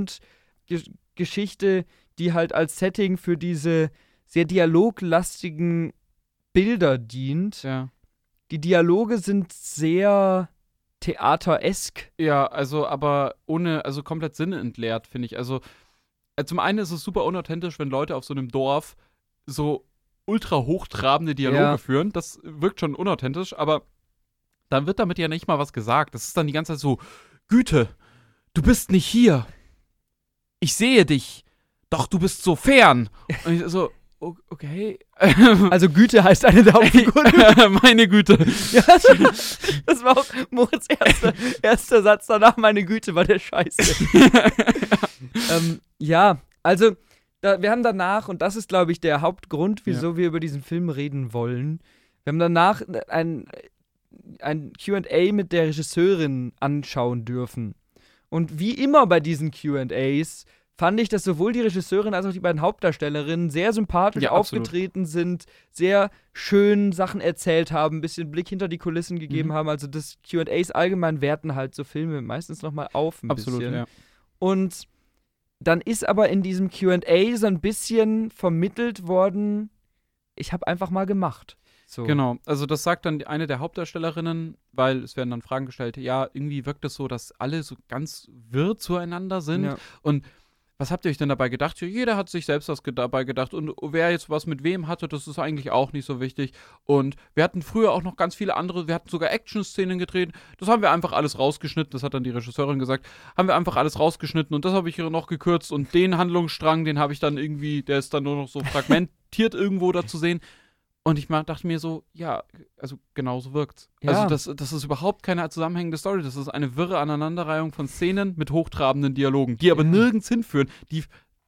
Hintergrundgeschichte, die halt als Setting für diese sehr dialoglastigen Bilder dient. Ja. Die Dialoge sind sehr theateresk. Ja, also aber ohne, also komplett sinnentleert, finde ich. Also äh, zum einen ist es super unauthentisch, wenn Leute auf so einem Dorf so ultra hochtrabende Dialoge Ja. führen. Das wirkt schon unauthentisch, aber dann wird damit ja nicht mal was gesagt. Das ist dann die ganze Zeit so, Güte, du bist nicht hier. Ich sehe dich. Doch du bist so fern. Und ich so, o- okay. Also Güte heißt eine der Hauptfiguren. Meine Güte. Ja, das war auch Moritz erster, erster Satz danach. Meine Güte, war der scheiße. ähm, ja, also da, wir haben danach, und das ist, glaube ich, der Hauptgrund, wieso ja. wir über diesen Film reden wollen, wir haben danach ein, ein Q and A mit der Regisseurin anschauen dürfen. Und wie immer bei diesen Q and As fand ich, dass sowohl die Regisseurin als auch die beiden Hauptdarstellerinnen sehr sympathisch ja, aufgetreten sind, sehr schön Sachen erzählt haben, ein bisschen Blick hinter die Kulissen gegeben mhm. haben. Also das Q and As allgemein werten halt so Filme meistens nochmal auf ein absolut, bisschen. Ja. Und dann ist aber in diesem Q and A so ein bisschen vermittelt worden, ich habe einfach mal gemacht. So. Genau, also das sagt dann eine der Hauptdarstellerinnen, weil es werden dann Fragen gestellt, ja, irgendwie wirkt es so, dass alle so ganz wirr zueinander sind. Ja. Und was habt ihr euch denn dabei gedacht? Ja, jeder hat sich selbst was ge- dabei gedacht. Und wer jetzt was mit wem hatte, das ist eigentlich auch nicht so wichtig. Und wir hatten früher auch noch ganz viele andere, wir hatten sogar Action-Szenen gedreht. Das haben wir einfach alles rausgeschnitten, das hat dann die Regisseurin gesagt. Haben wir einfach alles rausgeschnitten und das habe ich hier noch gekürzt. Und den Handlungsstrang, den habe ich dann irgendwie, der ist dann nur noch so fragmentiert irgendwo da zu sehen. Und ich dachte mir so, ja, also genauso wirkt's. Ja. Also das, das ist überhaupt keine zusammenhängende Story. Das ist eine wirre Aneinanderreihung von Szenen mit hochtrabenden Dialogen, die aber ja. nirgends hinführen. Die,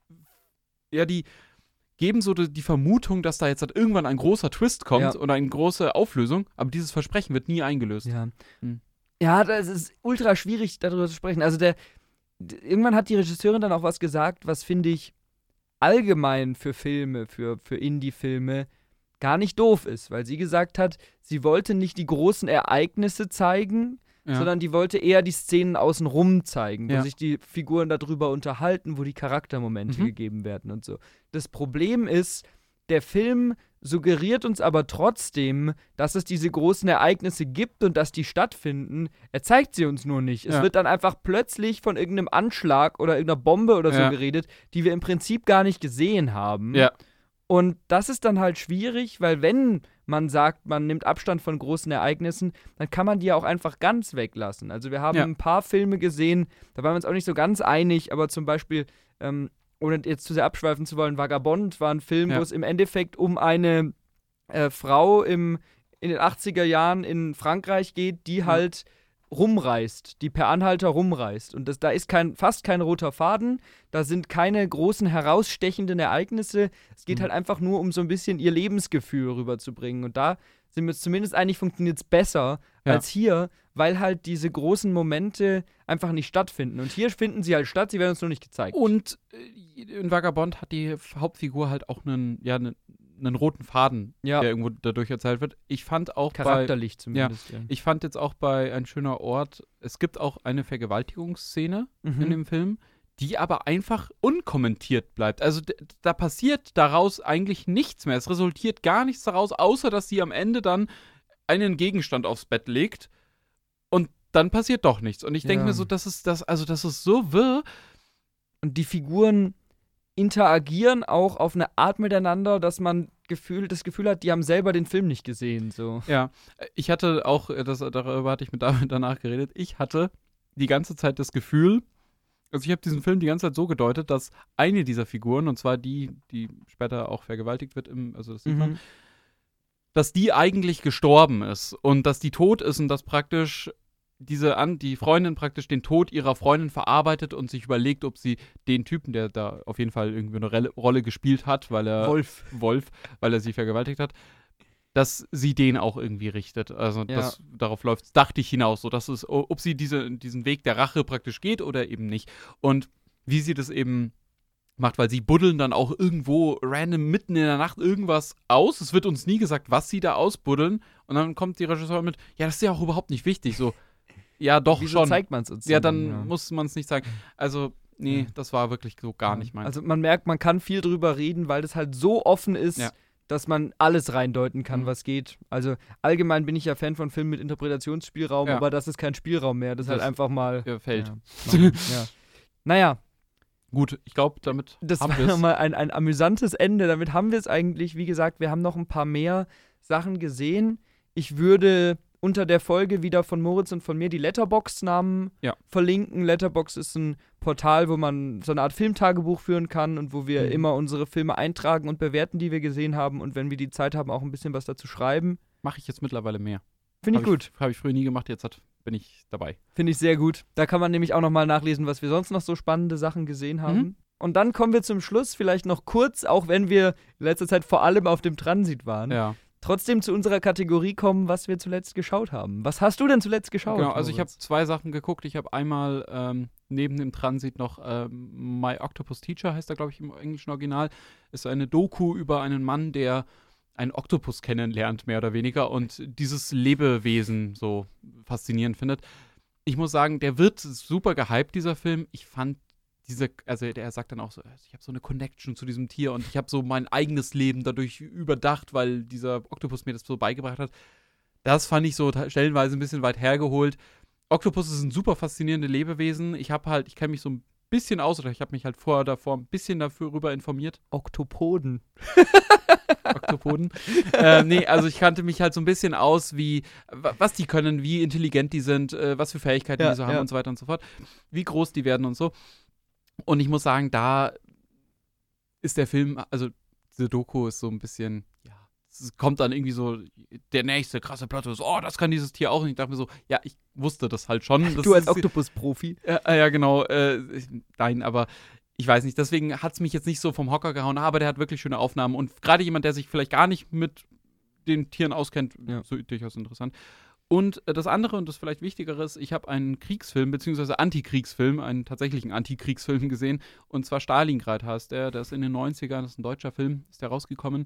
ja, die geben so die, die Vermutung, dass da jetzt halt irgendwann ein großer Twist kommt ja. oder eine große Auflösung, aber dieses Versprechen wird nie eingelöst. Ja, hm. ja, das ist ultra schwierig, darüber zu sprechen. Also der, irgendwann hat die Regisseurin dann auch was gesagt, was finde ich allgemein für Filme, für, für Indie-Filme gar nicht doof ist, weil sie gesagt hat, sie wollte nicht die großen Ereignisse zeigen, ja. sondern die wollte eher die Szenen außenrum zeigen, wo ja. sich die Figuren darüber unterhalten, wo die Charaktermomente mhm. gegeben werden und so. Das Problem ist, der Film suggeriert uns aber trotzdem, dass es diese großen Ereignisse gibt und dass die stattfinden. Er zeigt sie uns nur nicht. Es ja. wird dann einfach plötzlich von irgendeinem Anschlag oder irgendeiner Bombe oder ja. so geredet, die wir im Prinzip gar nicht gesehen haben. Ja. Und das ist dann halt schwierig, weil wenn man sagt, man nimmt Abstand von großen Ereignissen, dann kann man die ja auch einfach ganz weglassen. Also wir haben ja. ein paar Filme gesehen, da waren wir uns auch nicht so ganz einig, aber zum Beispiel, ähm, ohne jetzt zu sehr abschweifen zu wollen, Vagabond war ein Film, ja. wo es im Endeffekt um eine äh, Frau im, in den achtziger Jahren in Frankreich geht, die ja. halt rumreist, die per Anhalter rumreist. Und das, da ist kein, fast kein roter Faden, da sind keine großen herausstechenden Ereignisse. Es geht mhm. halt einfach nur um so ein bisschen ihr Lebensgefühl rüberzubringen. Und da sind wir uns zumindest einig, funktioniert es besser ja. als hier, weil halt diese großen Momente einfach nicht stattfinden. Und hier finden sie halt statt, sie werden uns nur nicht gezeigt. Und in Vagabond hat die Hauptfigur halt auch einen, ja, einen, einen roten Faden, ja. der irgendwo dadurch erzählt wird. Ich fand auch charakterlich bei, zumindest. Ja, ja. Ich fand jetzt auch bei Ein schöner Ort, es gibt auch eine Vergewaltigungsszene mhm. in dem Film, die aber einfach unkommentiert bleibt. Also d- da passiert daraus eigentlich nichts mehr. Es resultiert gar nichts daraus, außer dass sie am Ende dann einen Gegenstand aufs Bett legt und dann passiert doch nichts. Und ich denke ja. mir so, das ist das, also das ist so wirr. Und die Figuren interagieren auch auf eine Art miteinander, dass man Gefühl, das Gefühl hat, die haben selber den Film nicht gesehen. So. Ja, ich hatte auch, das, darüber hatte ich mit David danach geredet, ich hatte die ganze Zeit das Gefühl, also ich habe diesen Film die ganze Zeit so gedeutet, dass eine dieser Figuren, und zwar die, die später auch vergewaltigt wird, im, also das sieht Mhm. man, dass die eigentlich gestorben ist und dass die tot ist und dass praktisch diese an, die Freundin praktisch den Tod ihrer Freundin verarbeitet und sich überlegt, ob sie den Typen, der da auf jeden Fall irgendwie eine Relle, Rolle gespielt hat, weil er Wolf. Wolf, weil er sie vergewaltigt hat, dass sie den auch irgendwie richtet. Also Ja. das, darauf läuft, dachte ich hinaus, so dass es, ob sie diese, diesen Weg der Rache praktisch geht oder eben nicht. Und wie sie das eben macht, weil sie buddeln dann auch irgendwo random mitten in der Nacht irgendwas aus. Es wird uns nie gesagt, was sie da ausbuddeln. Und dann kommt die Regisseurin mit, ja, das ist ja auch überhaupt nicht wichtig. So, ja, doch Wieso schon. zeigt man es uns? Ja, dann ja. muss man es nicht sagen. Also, nee, Ja. das war wirklich so gar Ja. nicht mein. Also man merkt, man kann viel drüber reden, weil das halt so offen ist, Ja. dass man alles reindeuten kann, Mhm. was geht. Also allgemein bin ich ja Fan von Filmen mit Interpretationsspielraum, Ja. aber das ist kein Spielraum mehr. Das ist Das- halt einfach mal Ja, fällt. Ja, machen. ja. Naja, Gut, ich glaube, damit das haben war wir es. nochmal ein, ein amüsantes Ende. Damit haben wir es eigentlich, wie gesagt, wir haben noch ein paar mehr Sachen gesehen. Ich würde unter der Folge wieder von Moritz und von mir die Letterboxd-Namen Ja. verlinken. Letterboxd ist ein Portal, wo man so eine Art Filmtagebuch führen kann und wo wir Mhm. immer unsere Filme eintragen und bewerten, die wir gesehen haben. Und wenn wir die Zeit haben, auch ein bisschen was dazu schreiben. Mache ich jetzt mittlerweile mehr. Finde ich Hab gut. Habe ich früher nie gemacht, jetzt hat, bin ich dabei. Finde ich sehr gut. Da kann man nämlich auch nochmal nachlesen, was wir sonst noch so spannende Sachen gesehen haben. Mhm. Und dann kommen wir zum Schluss, vielleicht noch kurz, auch wenn wir in letzter Zeit vor allem auf dem Transit waren, Ja. trotzdem zu unserer Kategorie kommen, was wir zuletzt geschaut haben. Was hast du denn zuletzt geschaut? Genau, also ich habe Moritz? zwei Sachen geguckt. Ich habe einmal ähm, neben dem Transit noch ähm, My Octopus Teacher, heißt er, glaube ich, im englischen Original. Ist eine Doku über einen Mann, der einen Oktopus kennenlernt, mehr oder weniger, und dieses Lebewesen so faszinierend findet. Ich muss sagen, der wird super gehypt, dieser Film. Ich fand diese, also der sagt dann auch so, ich habe so eine Connection zu diesem Tier und ich habe so mein eigenes Leben dadurch überdacht, weil dieser Oktopus mir das so beigebracht hat. Das fand ich so ta- stellenweise ein bisschen weit hergeholt. Oktopus sind super faszinierende Lebewesen. Ich habe halt, ich kenne mich so ein bisschen aus, oder ich habe mich halt vorher davor ein bisschen darüber informiert. Oktopoden. Oktopoden. äh, nee, also ich kannte mich halt so ein bisschen aus, wie, wa- was die können, wie intelligent die sind, äh, was für Fähigkeiten Ja, die so haben ja. und so weiter und so fort. Wie groß die werden und so. Und ich muss sagen, da ist der Film, also diese Doku ist so ein bisschen, ja, es kommt dann irgendwie so der nächste krasse Plot, so, oh, das kann dieses Tier auch. Und ich dachte mir so, ja, ich wusste das halt schon. Das Du als ist- Oktopus-Profi. ja, äh, ja, genau. Äh, ich, nein, aber ich weiß nicht. Deswegen hat es mich jetzt nicht so vom Hocker gehauen, aber der hat wirklich schöne Aufnahmen. Und gerade jemand, der sich vielleicht gar nicht mit den Tieren auskennt, Ja. so durchaus interessant. Und äh, das andere und das vielleicht Wichtigere ist, ich habe einen Kriegsfilm, beziehungsweise Antikriegsfilm, einen tatsächlichen Antikriegsfilm gesehen. Und zwar Stalingrad heißt der. Der ist in den neunzigern, das ist ein deutscher Film, ist der rausgekommen.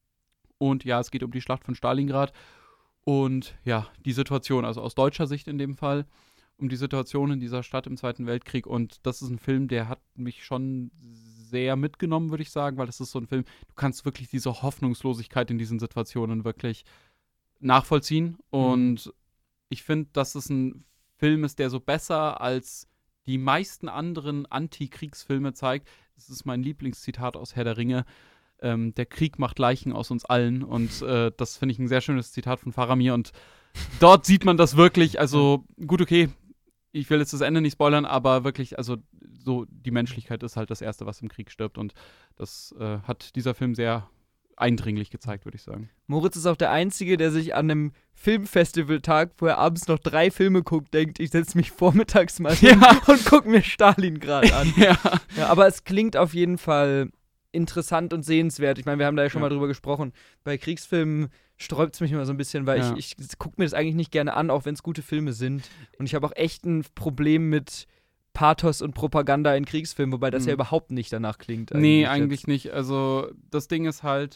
Und ja, es geht um die Schlacht von Stalingrad. Und ja, die Situation, also aus deutscher Sicht in dem Fall, um die Situation in dieser Stadt im Zweiten Weltkrieg. Und das ist ein Film, der hat mich schon sehr mitgenommen, würde ich sagen, weil das ist so ein Film, du kannst wirklich diese Hoffnungslosigkeit in diesen Situationen wirklich nachvollziehen. Und ich finde, dass es ein Film ist, der so besser als die meisten anderen Antikriegsfilme zeigt. Das ist mein Lieblingszitat aus Herr der Ringe. Ähm, der Krieg macht Leichen aus uns allen. Und äh, das finde ich ein sehr schönes Zitat von Faramir. Und dort sieht man das wirklich. Also, gut, okay, ich will jetzt das Ende nicht spoilern, aber wirklich, also so die Menschlichkeit ist halt das Erste, was im Krieg stirbt. Und das äh, hat dieser Film sehr eindringlich gezeigt, würde ich sagen. Moritz ist auch der Einzige, der sich an einem Filmfestivaltag, wo er abends noch drei Filme guckt, denkt, ich setze mich vormittags mal hin Ja. und gucke mir Stalingrad an. Ja. Ja, aber es klingt auf jeden Fall interessant und sehenswert. Ich meine, wir haben da ja schon Ja. mal drüber gesprochen. Bei Kriegsfilmen sträubt es mich immer so ein bisschen, weil Ja. ich, ich gucke mir das eigentlich nicht gerne an, auch wenn es gute Filme sind. Und ich habe auch echt ein Problem mit Pathos und Propaganda in Kriegsfilmen, wobei das Mhm. ja überhaupt nicht danach klingt. Nee, jetzt. eigentlich nicht. Also, das Ding ist halt,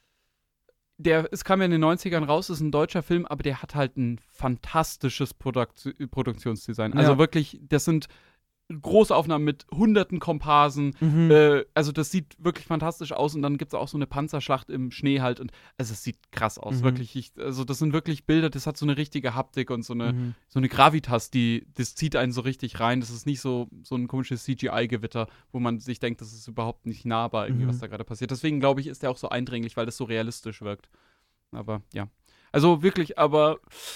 der, es kam ja in den neunzigern raus, ist ein deutscher Film, aber der hat halt ein fantastisches Produkt, Produktionsdesign. Also Ja. wirklich, das sind große Aufnahmen mit hunderten Komparsen. Mhm. Äh, also das sieht wirklich fantastisch aus und dann gibt es auch so eine Panzerschlacht im Schnee halt und also es sieht krass aus, Mhm. wirklich. Ich, also das sind wirklich Bilder, das hat so eine richtige Haptik und so eine, Mhm. so eine Gravitas, die, das zieht einen so richtig rein. Das ist nicht so, so ein komisches C G I-Gewitter, wo man sich denkt, das ist überhaupt nicht nahbar, irgendwie, Mhm. was da gerade passiert. Deswegen glaube ich, ist der auch so eindringlich, weil das so realistisch wirkt. Aber ja. Also wirklich, aber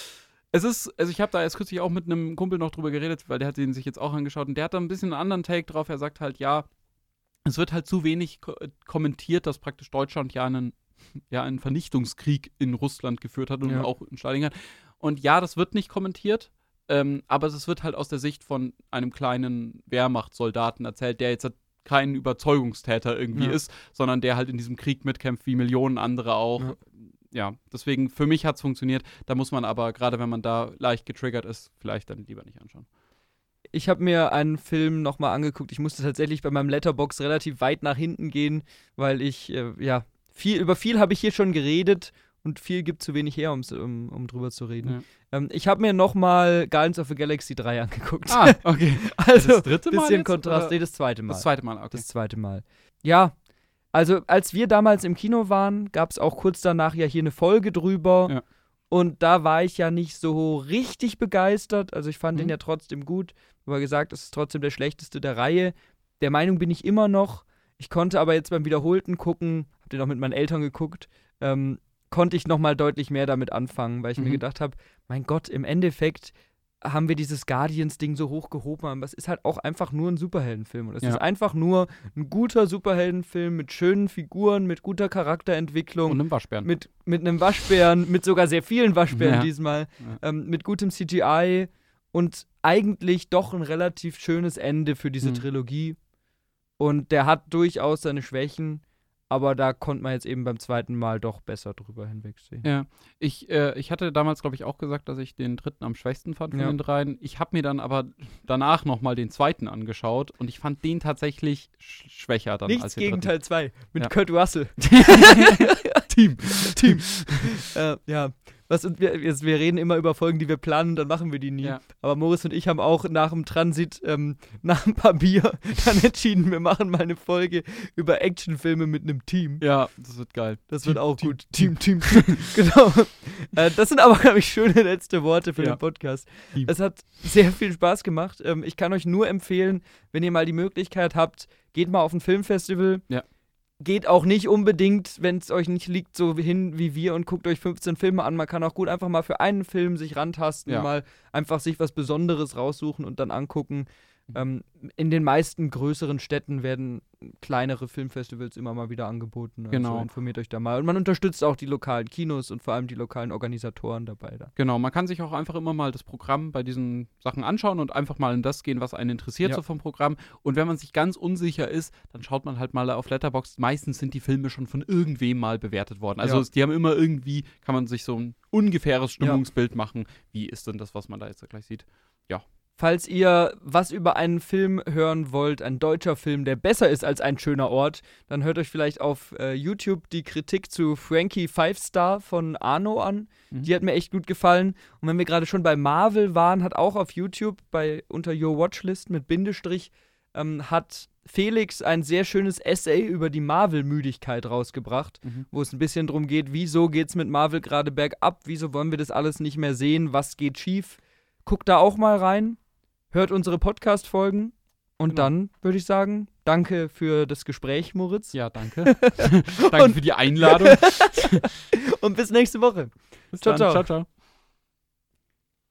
es ist, also ich habe da erst kürzlich auch mit einem Kumpel noch drüber geredet, weil der hat den sich jetzt auch angeschaut und der hat da ein bisschen einen anderen Take drauf. Er sagt halt, ja, es wird halt zu wenig ko- kommentiert, dass praktisch Deutschland ja einen, ja einen Vernichtungskrieg in Russland geführt hat und Ja. auch in Stalingrad. Und ja, das wird nicht kommentiert, ähm, aber es wird halt aus der Sicht von einem kleinen Wehrmachtssoldaten erzählt, der jetzt halt kein Überzeugungstäter irgendwie Ja. ist, sondern der halt in diesem Krieg mitkämpft, wie Millionen andere auch. Ja. Ja, deswegen, für mich hat es funktioniert. Da muss man aber, gerade wenn man da leicht getriggert ist, vielleicht dann lieber nicht anschauen. Ich habe mir einen Film nochmal angeguckt. Ich musste tatsächlich bei meinem Letterbox relativ weit nach hinten gehen, weil ich, äh, ja, viel, über viel habe ich hier schon geredet und viel gibt zu wenig her, um's, um, um drüber zu reden. Ja. Ähm, ich habe mir nochmal Guardians of the Galaxy drei angeguckt. Ah, okay. also, das dritte Mal bisschen jetzt, Kontrast. oder? Nee, das zweite Mal. Das zweite Mal, okay. Das zweite Mal. Ja, also als wir damals im Kino waren, gab es auch kurz danach ja hier eine Folge drüber. Ja. Und da war ich ja nicht so richtig begeistert. Also ich fand Mhm. den ja trotzdem gut. Aber gesagt, es ist trotzdem der schlechteste der Reihe. Der Meinung bin ich immer noch. Ich konnte aber jetzt beim wiederholten Gucken, hab den auch mit meinen Eltern geguckt, ähm, konnte ich nochmal deutlich mehr damit anfangen, weil ich Mhm. mir gedacht habe, mein Gott, im Endeffekt haben wir dieses Guardians-Ding so hochgehoben, aber es ist halt auch einfach nur ein Superheldenfilm. Und es Ja. ist einfach nur ein guter Superheldenfilm mit schönen Figuren, mit guter Charakterentwicklung, Und einem Waschbären. mit, mit einem Waschbären, mit sogar sehr vielen Waschbären Ja. diesmal, Ja. ähm, mit gutem C G I und eigentlich doch ein relativ schönes Ende für diese Mhm. Trilogie. Und der hat durchaus seine Schwächen, aber da konnte man jetzt eben beim zweiten Mal doch besser drüber hinwegsehen. Ja, ich, äh, ich hatte damals, glaube ich, auch gesagt, dass ich den dritten am schwächsten fand von Ja. den dreien. Ich habe mir dann aber danach nochmal den zweiten angeschaut und ich fand den tatsächlich sch schwächer dann als Nichts den gegen dritten. Teil zwei mit Ja. Kurt Russell. Team. Team. äh, ja, was, und wir, jetzt, wir reden immer über Folgen, die wir planen, und dann machen wir die nie. Ja. Aber Moritz und ich haben auch nach dem Transit, ähm, nach ein paar Bier, dann entschieden, wir machen mal eine Folge über Actionfilme mit einem Team. Ja, das wird geil. Das Team, wird auch Team, gut. Team, Team, Team. Genau. Äh, das sind aber, glaube ich, schöne letzte Worte für Ja. den Podcast. Team. Es hat sehr viel Spaß gemacht. Ähm, ich kann euch nur empfehlen, wenn ihr mal die Möglichkeit habt, geht mal auf ein Filmfestival. Ja. Geht auch nicht unbedingt, wenn es euch nicht liegt, so hin wie wir und guckt euch fünfzehn Filme an. Man kann auch gut einfach mal für einen Film sich rantasten, Ja. mal einfach sich was Besonderes raussuchen und dann angucken. Ähm, in den meisten größeren Städten werden kleinere Filmfestivals immer mal wieder angeboten. Also Genau. informiert euch da mal. Und man unterstützt auch die lokalen Kinos und vor allem die lokalen Organisatoren dabei. Da. Genau, man kann sich auch einfach immer mal das Programm bei diesen Sachen anschauen und einfach mal in das gehen, was einen interessiert Ja. so vom Programm. Und wenn man sich ganz unsicher ist, dann schaut man halt mal auf Letterboxd. Meistens sind die Filme schon von irgendwem mal bewertet worden. Also Ja. es, die haben immer irgendwie, kann man sich so ein ungefähres Stimmungsbild machen. Wie ist denn das, was man da jetzt gleich sieht? Ja. Falls ihr was über einen Film hören wollt, ein deutscher Film, der besser ist als Ein schöner Ort, dann hört euch vielleicht auf äh, YouTube die Kritik zu Frankie Five Star von Arno an. Mhm. Die hat mir echt gut gefallen. Und wenn wir gerade schon bei Marvel waren, hat auch auf YouTube bei unter Your Watchlist mit Bindestrich ähm, hat Felix ein sehr schönes Essay über die Marvel-Müdigkeit rausgebracht, Mhm. wo es ein bisschen darum geht, wieso geht's mit Marvel gerade bergab, wieso wollen wir das alles nicht mehr sehen, was geht schief. Guckt da auch mal rein. Hört unsere Podcast-Folgen und Genau. dann würde ich sagen, danke für das Gespräch, Moritz. Ja, danke. Danke Und- für die Einladung. Und bis nächste Woche. Bis Ciao, dann. ciao. Ciao, ciao.